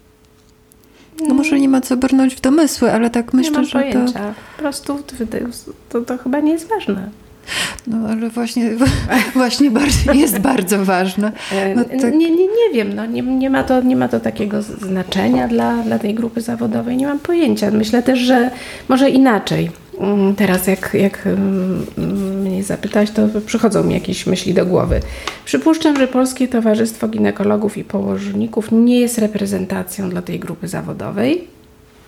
No może nie ma co brnąć w domysły, ale tak myślę, nie mam że pojęcia. to... Po prostu to, to, to chyba nie jest ważne. No ale właśnie, właśnie bardzo, jest bardzo ważne. No, tak... nie, nie, nie wiem, no, nie, nie, ma to, nie ma to takiego znaczenia dla, dla tej grupy zawodowej, nie mam pojęcia. Myślę też, że może inaczej. Teraz jak, jak mnie zapytałeś, to przychodzą mi jakieś myśli do głowy. Przypuszczam, że Polskie Towarzystwo Ginekologów i Położników nie jest reprezentacją dla tej grupy zawodowej,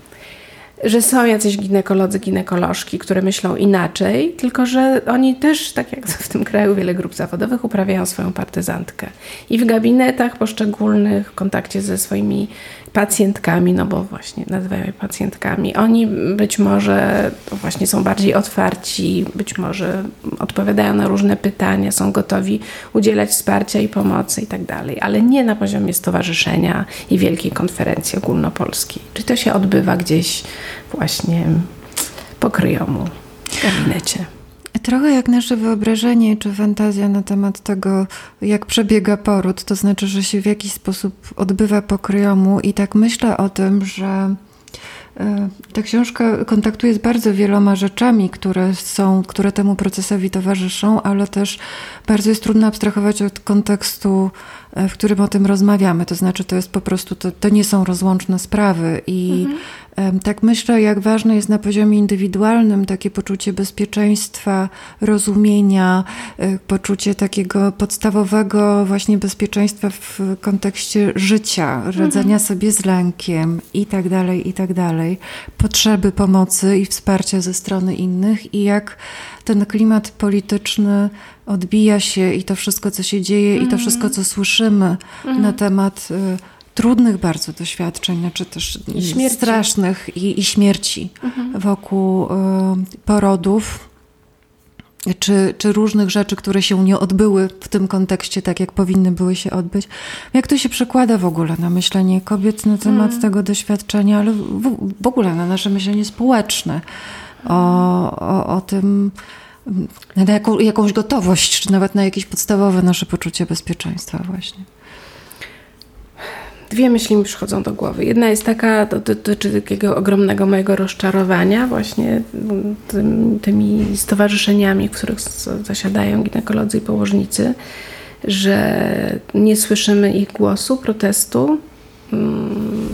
że są jacyś ginekolodzy, ginekolożki, które myślą inaczej, tylko że oni też, tak jak w tym kraju wiele grup zawodowych, uprawiają swoją partyzantkę. I w gabinetach poszczególnych, w kontakcie ze swoimi pacjentkami, no bo właśnie nazywają je pacjentkami, oni być może właśnie są bardziej otwarci, być może odpowiadają na różne pytania, są gotowi udzielać wsparcia i pomocy i tak dalej, ale nie na poziomie stowarzyszenia i wielkiej konferencji ogólnopolskiej. Czy to się odbywa gdzieś właśnie po kryjomu w gabinecie? Trochę jak nasze wyobrażenie czy fantazja na temat tego, jak przebiega poród, to znaczy, że się w jakiś sposób odbywa po kryjomu i tak myślę o tym, że ta książka kontaktuje z bardzo wieloma rzeczami, które są, które temu procesowi towarzyszą, ale też bardzo jest trudno abstrahować od kontekstu, w którym o tym rozmawiamy. To znaczy, to jest po prostu, to, to nie są rozłączne sprawy i mhm. tak myślę, jak ważne jest na poziomie indywidualnym takie poczucie bezpieczeństwa, rozumienia, poczucie takiego podstawowego właśnie bezpieczeństwa w kontekście życia, radzenia mhm. sobie z lękiem i tak dalej, i tak dalej. Potrzeby pomocy i wsparcia ze strony innych i jak ten klimat polityczny odbija się i to wszystko, co się dzieje mm. i to wszystko, co słyszymy mm. na temat y, trudnych bardzo doświadczeń, znaczy też I strasznych i, i śmierci mm. wokół y, porodów, czy, czy różnych rzeczy, które się nie odbyły w tym kontekście tak, jak powinny były się odbyć. Jak to się przekłada w ogóle na myślenie kobiet na temat mm. tego doświadczenia, ale w, w ogóle na nasze myślenie społeczne o, o, o tym, na jaką, jakąś gotowość, czy nawet na jakieś podstawowe nasze poczucie bezpieczeństwa właśnie. Dwie myśli mi przychodzą do głowy. Jedna jest taka, dotyczy takiego ogromnego mojego rozczarowania właśnie tym, tymi stowarzyszeniami, w których zasiadają ginekolodzy i położnicy, że nie słyszymy ich głosu, protestu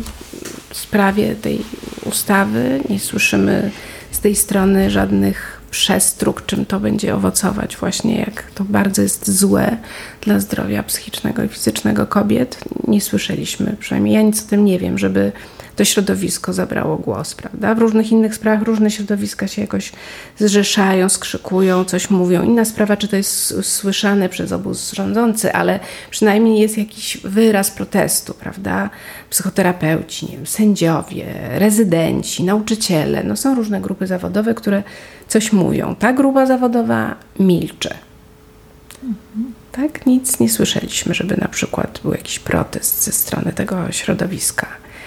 w sprawie tej ustawy, nie słyszymy z tej strony żadnych przestróg, czym to będzie owocować, właśnie jak to bardzo jest złe dla zdrowia psychicznego i fizycznego kobiet. Nie słyszeliśmy, przynajmniej ja nic o tym nie wiem, żeby to środowisko zabrało głos, prawda? W różnych innych sprawach różne środowiska się jakoś zrzeszają, skrzykują, coś mówią. Inna sprawa, czy to jest słyszane przez obóz rządzący, ale przynajmniej jest jakiś wyraz protestu, prawda? Psychoterapeuci, nie wiem, sędziowie, rezydenci, nauczyciele. No są różne grupy zawodowe, które coś mówią. Ta grupa zawodowa milczy. Mhm. Tak? Nic nie słyszeliśmy, żeby na przykład był jakiś protest ze strony tego środowiska.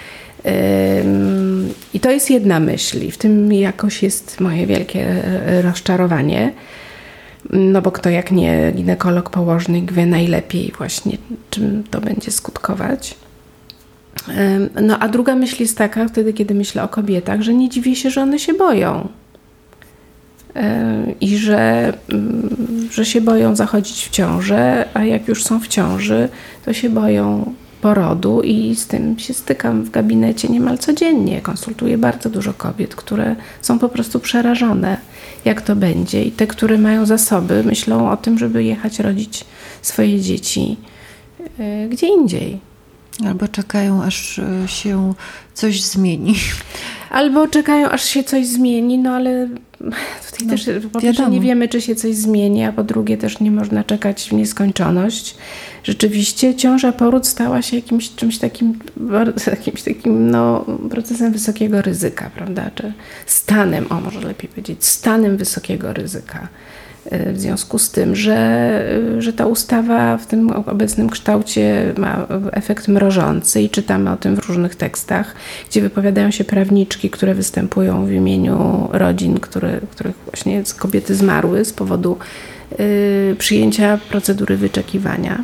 I to jest jedna myśl i w tym jakoś jest moje wielkie rozczarowanie, no bo kto jak nie ginekolog, położnik wie najlepiej właśnie, czym to będzie skutkować. No a druga myśl jest taka, wtedy kiedy myślę o kobietach, że nie dziwię się, że one się boją i że, że się boją zachodzić w ciążę, a jak już są w ciąży, to się boją porodu i z tym się stykam w gabinecie niemal codziennie. Konsultuję bardzo dużo kobiet, które są po prostu przerażone, jak to będzie. I te, które mają zasoby, myślą o tym, żeby jechać rodzić swoje dzieci yy, gdzie indziej. Albo czekają, aż się coś zmieni. Albo czekają, aż się coś zmieni, no ale tutaj no, też po pierwsze nie wiemy, czy się coś zmieni, a po drugie też nie można czekać w nieskończoność. Rzeczywiście ciąża, poród stała się jakimś czymś takim, jakimś takim no, procesem wysokiego ryzyka, prawda? Czy stanem, o może lepiej powiedzieć, stanem wysokiego ryzyka. W związku z tym, że, że ta ustawa w tym obecnym kształcie ma efekt mrożący i czytamy o tym w różnych tekstach, gdzie wypowiadają się prawniczki, które występują w imieniu rodzin, które, których właśnie kobiety zmarły z powodu y, przyjęcia procedury wyczekiwania.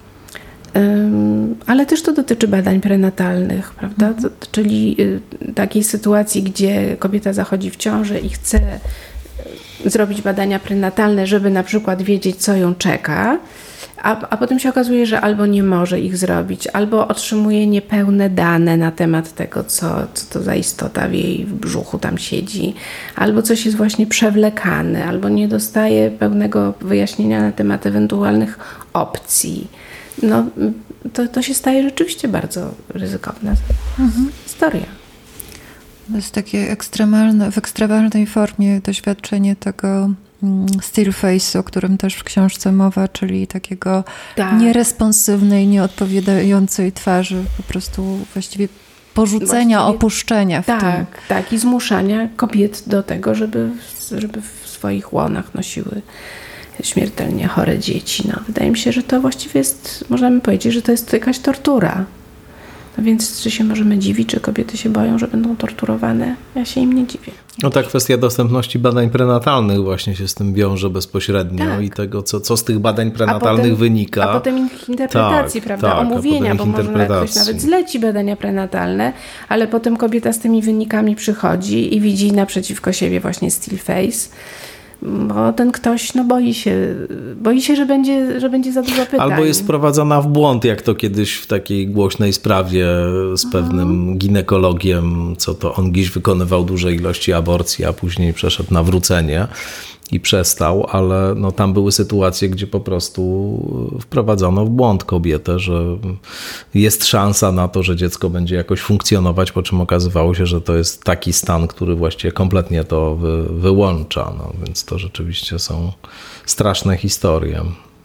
Ale też to dotyczy badań prenatalnych, prawda? To, czyli takiej sytuacji, gdzie kobieta zachodzi w ciążę i chce zrobić badania prenatalne, żeby na przykład wiedzieć, co ją czeka, a, a potem się okazuje, że albo nie może ich zrobić, albo otrzymuje niepełne dane na temat tego, co, co to za istota w jej w brzuchu tam siedzi, albo coś jest właśnie przewlekane, albo nie dostaje pełnego wyjaśnienia na temat ewentualnych opcji. No, to, to się staje rzeczywiście bardzo ryzykowna mhm. historia. To jest takie ekstremalne, w ekstremalnej formie doświadczenie tego still face, o którym też w książce mowa, czyli takiego tak. nieresponsywnej, nieodpowiadającej twarzy, po prostu właściwie porzucenia, właściwie, opuszczenia w tak, tym. Tak, tak i zmuszania kobiet do tego, żeby, żeby w swoich łonach nosiły śmiertelnie chore dzieci. No, wydaje mi się, że to właściwie jest, możemy powiedzieć, że to jest jakaś tortura. No więc czy się możemy dziwić, czy kobiety się boją, że będą torturowane? Ja się im nie dziwię. No ta kwestia dostępności badań prenatalnych właśnie się z tym wiąże bezpośrednio tak. i tego, co, co z tych badań prenatalnych a potem, wynika. A potem ich interpretacji, tak, prawda, tak, omówienia, bo może ktoś nawet zleci badania prenatalne, ale potem kobieta z tymi wynikami przychodzi i widzi naprzeciwko siebie właśnie still face. Bo ten ktoś no boi się, boi się, że będzie, że będzie za dużo pytań. Albo jest wprowadzona w błąd, jak to kiedyś w takiej głośnej sprawie z pewnym Aha. ginekologiem, co to on gdzieś wykonywał duże ilości aborcji, a później przeszedł na wrócenie i przestał, ale no tam były sytuacje, gdzie po prostu wprowadzono w błąd kobietę, że jest szansa na to, że dziecko będzie jakoś funkcjonować, po czym okazywało się, że to jest taki stan, który właściwie kompletnie to wy, wyłącza. No, więc to rzeczywiście są straszne historie.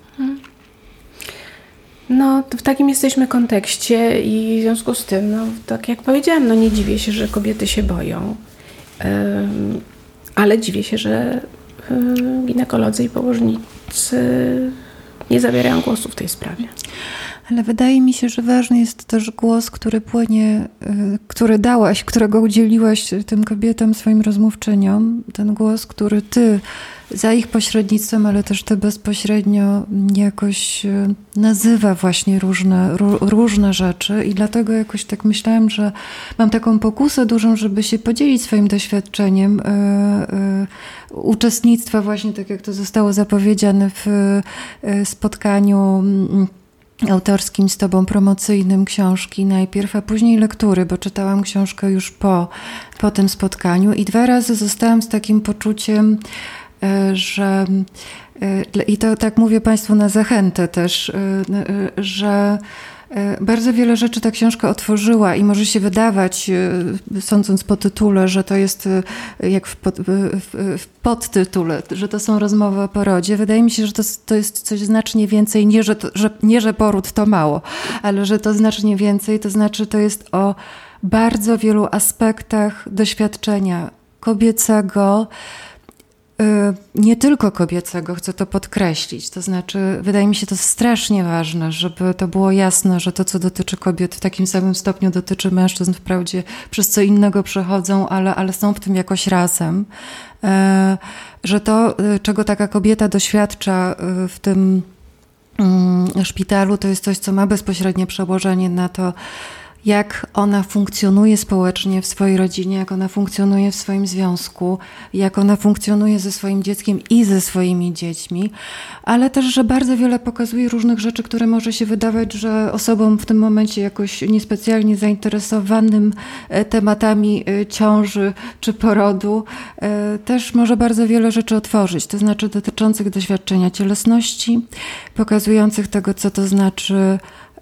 No, w takim jesteśmy kontekście i w związku z tym, no, tak jak powiedziałam, no nie dziwię się, że kobiety się boją, um, ale dziwię się, że ginekolodzy i położnicy nie zabierają głosu w tej sprawie. Ale wydaje mi się, że ważny jest też głos, który płynie, który dałaś, którego udzieliłaś tym kobietom, swoim rozmówczyniom. Ten głos, który ty za ich pośrednictwem, ale też ty bezpośrednio jakoś nazywa właśnie różne, różne rzeczy i dlatego jakoś tak myślałam, że mam taką pokusę dużą, żeby się podzielić swoim doświadczeniem uczestnictwa właśnie, tak jak to zostało zapowiedziane w spotkaniu autorskim z tobą, promocyjnym książki najpierw, a później lektury, bo czytałam książkę już po, po tym spotkaniu i dwa razy zostałam z takim poczuciem że i to tak mówię Państwu na zachętę też, że bardzo wiele rzeczy ta książka otworzyła i może się wydawać, sądząc po tytule, że to jest jak w, pod, w, w podtytule, że to są rozmowy o porodzie. Wydaje mi się, że to, to jest coś znacznie więcej, nie że, to, że, nie że poród to mało, ale że to znacznie więcej, to znaczy to jest o bardzo wielu aspektach doświadczenia kobiecego, nie tylko kobiecego, chcę to podkreślić. To znaczy, wydaje mi się to strasznie ważne, żeby to było jasne, że to, co dotyczy kobiet, w takim samym stopniu dotyczy mężczyzn. Wprawdzie przez co innego przechodzą, ale, ale są w tym jakoś razem. Że to, czego taka kobieta doświadcza w tym szpitalu, to jest coś, co ma bezpośrednie przełożenie na to, jak ona funkcjonuje społecznie w swojej rodzinie, jak ona funkcjonuje w swoim związku, jak ona funkcjonuje ze swoim dzieckiem i ze swoimi dziećmi, ale też, że bardzo wiele pokazuje różnych rzeczy, które może się wydawać, że osobom w tym momencie jakoś niespecjalnie zainteresowanym tematami ciąży czy porodu też może bardzo wiele rzeczy otworzyć, to znaczy dotyczących doświadczenia cielesności, pokazujących tego, co to znaczy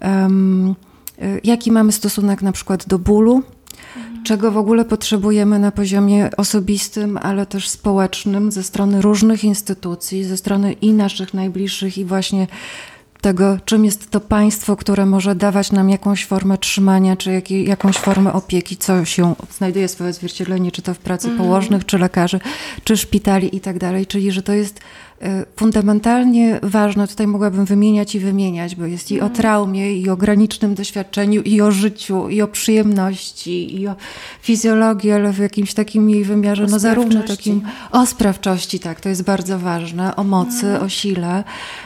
um, jaki mamy stosunek na przykład do bólu, mhm. czego w ogóle potrzebujemy na poziomie osobistym, ale też społecznym ze strony różnych instytucji, ze strony i naszych najbliższych i właśnie tego, czym jest to państwo, które może dawać nam jakąś formę trzymania, czy jak, jakąś formę opieki, co się znajduje swoje odzwierciedlenie, czy to w pracy mhm. położnych, czy lekarzy, czy szpitali i tak dalej. Czyli, że to jest fundamentalnie ważne, tutaj mogłabym wymieniać i wymieniać, bo jest i o traumie, i o granicznym doświadczeniu, i o życiu, i o przyjemności, i o fizjologii, ale w jakimś takim jej wymiarze, no zarówno takim o sprawczości, tak, to jest bardzo ważne, o mocy, mm. o sile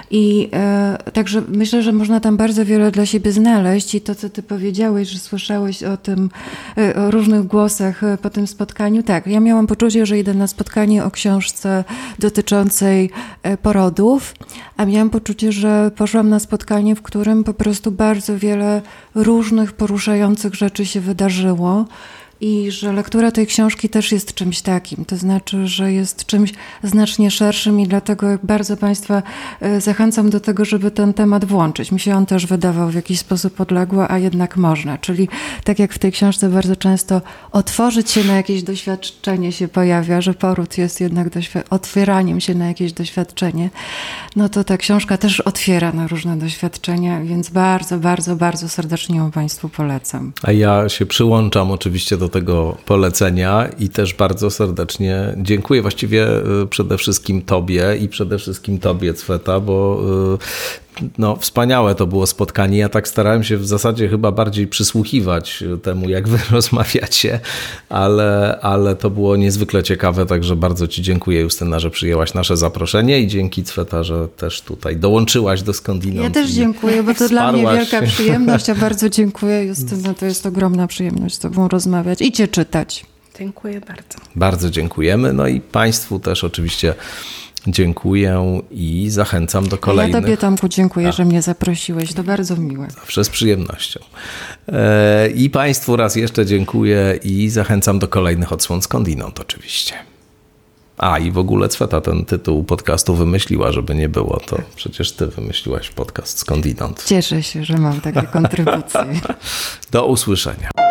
i e, także myślę, że można tam bardzo wiele dla siebie znaleźć i to, co ty powiedziałeś, że słyszałeś o tym, e, o różnych głosach po tym spotkaniu, tak, ja miałam poczucie, że idę na spotkanie o książce dotyczącej porodów, a miałam poczucie, że poszłam na spotkanie, w którym po prostu bardzo wiele różnych poruszających rzeczy się wydarzyło i że lektura tej książki też jest czymś takim, to znaczy, że jest czymś znacznie szerszym i dlatego bardzo Państwa zachęcam do tego, żeby ten temat włączyć. Mi się on też wydawał w jakiś sposób odległy, a jednak można, czyli tak jak w tej książce bardzo często otworzyć się na jakieś doświadczenie się pojawia, że poród jest jednak doświ- otwieraniem się na jakieś doświadczenie, no to ta książka też otwiera na różne doświadczenia, więc bardzo, bardzo, bardzo serdecznie ją Państwu polecam. A ja się przyłączam oczywiście do tego polecenia i też bardzo serdecznie dziękuję właściwie przede wszystkim Tobie i przede wszystkim Tobie, Cweta, bo no, wspaniałe to było spotkanie. Ja tak starałem się w zasadzie chyba bardziej przysłuchiwać temu, jak wy rozmawiacie, ale, ale to było niezwykle ciekawe, także bardzo Ci dziękuję, Justyna, że przyjęłaś nasze zaproszenie i dzięki, Cweta, że też tutaj dołączyłaś do Skądinąd. Ja też dziękuję, bo to dla mnie wielka przyjemność, a bardzo dziękuję, Justyna, to jest ogromna przyjemność z Tobą rozmawiać i Cię czytać. Dziękuję bardzo. Bardzo dziękujemy, no i Państwu też oczywiście dziękuję i zachęcam do kolejnych. Ja Tobie, Tomku, dziękuję, A. że mnie zaprosiłeś. To bardzo miłe. Zawsze z przyjemnością. I Państwu raz jeszcze dziękuję i zachęcam do kolejnych odsłon Skądinąd oczywiście. A i w ogóle Cweta ten tytuł podcastu wymyśliła, żeby nie było, to przecież Ty wymyśliłaś podcast Skądinąd. Cieszę się, że mam takie kontrybucje. Do usłyszenia.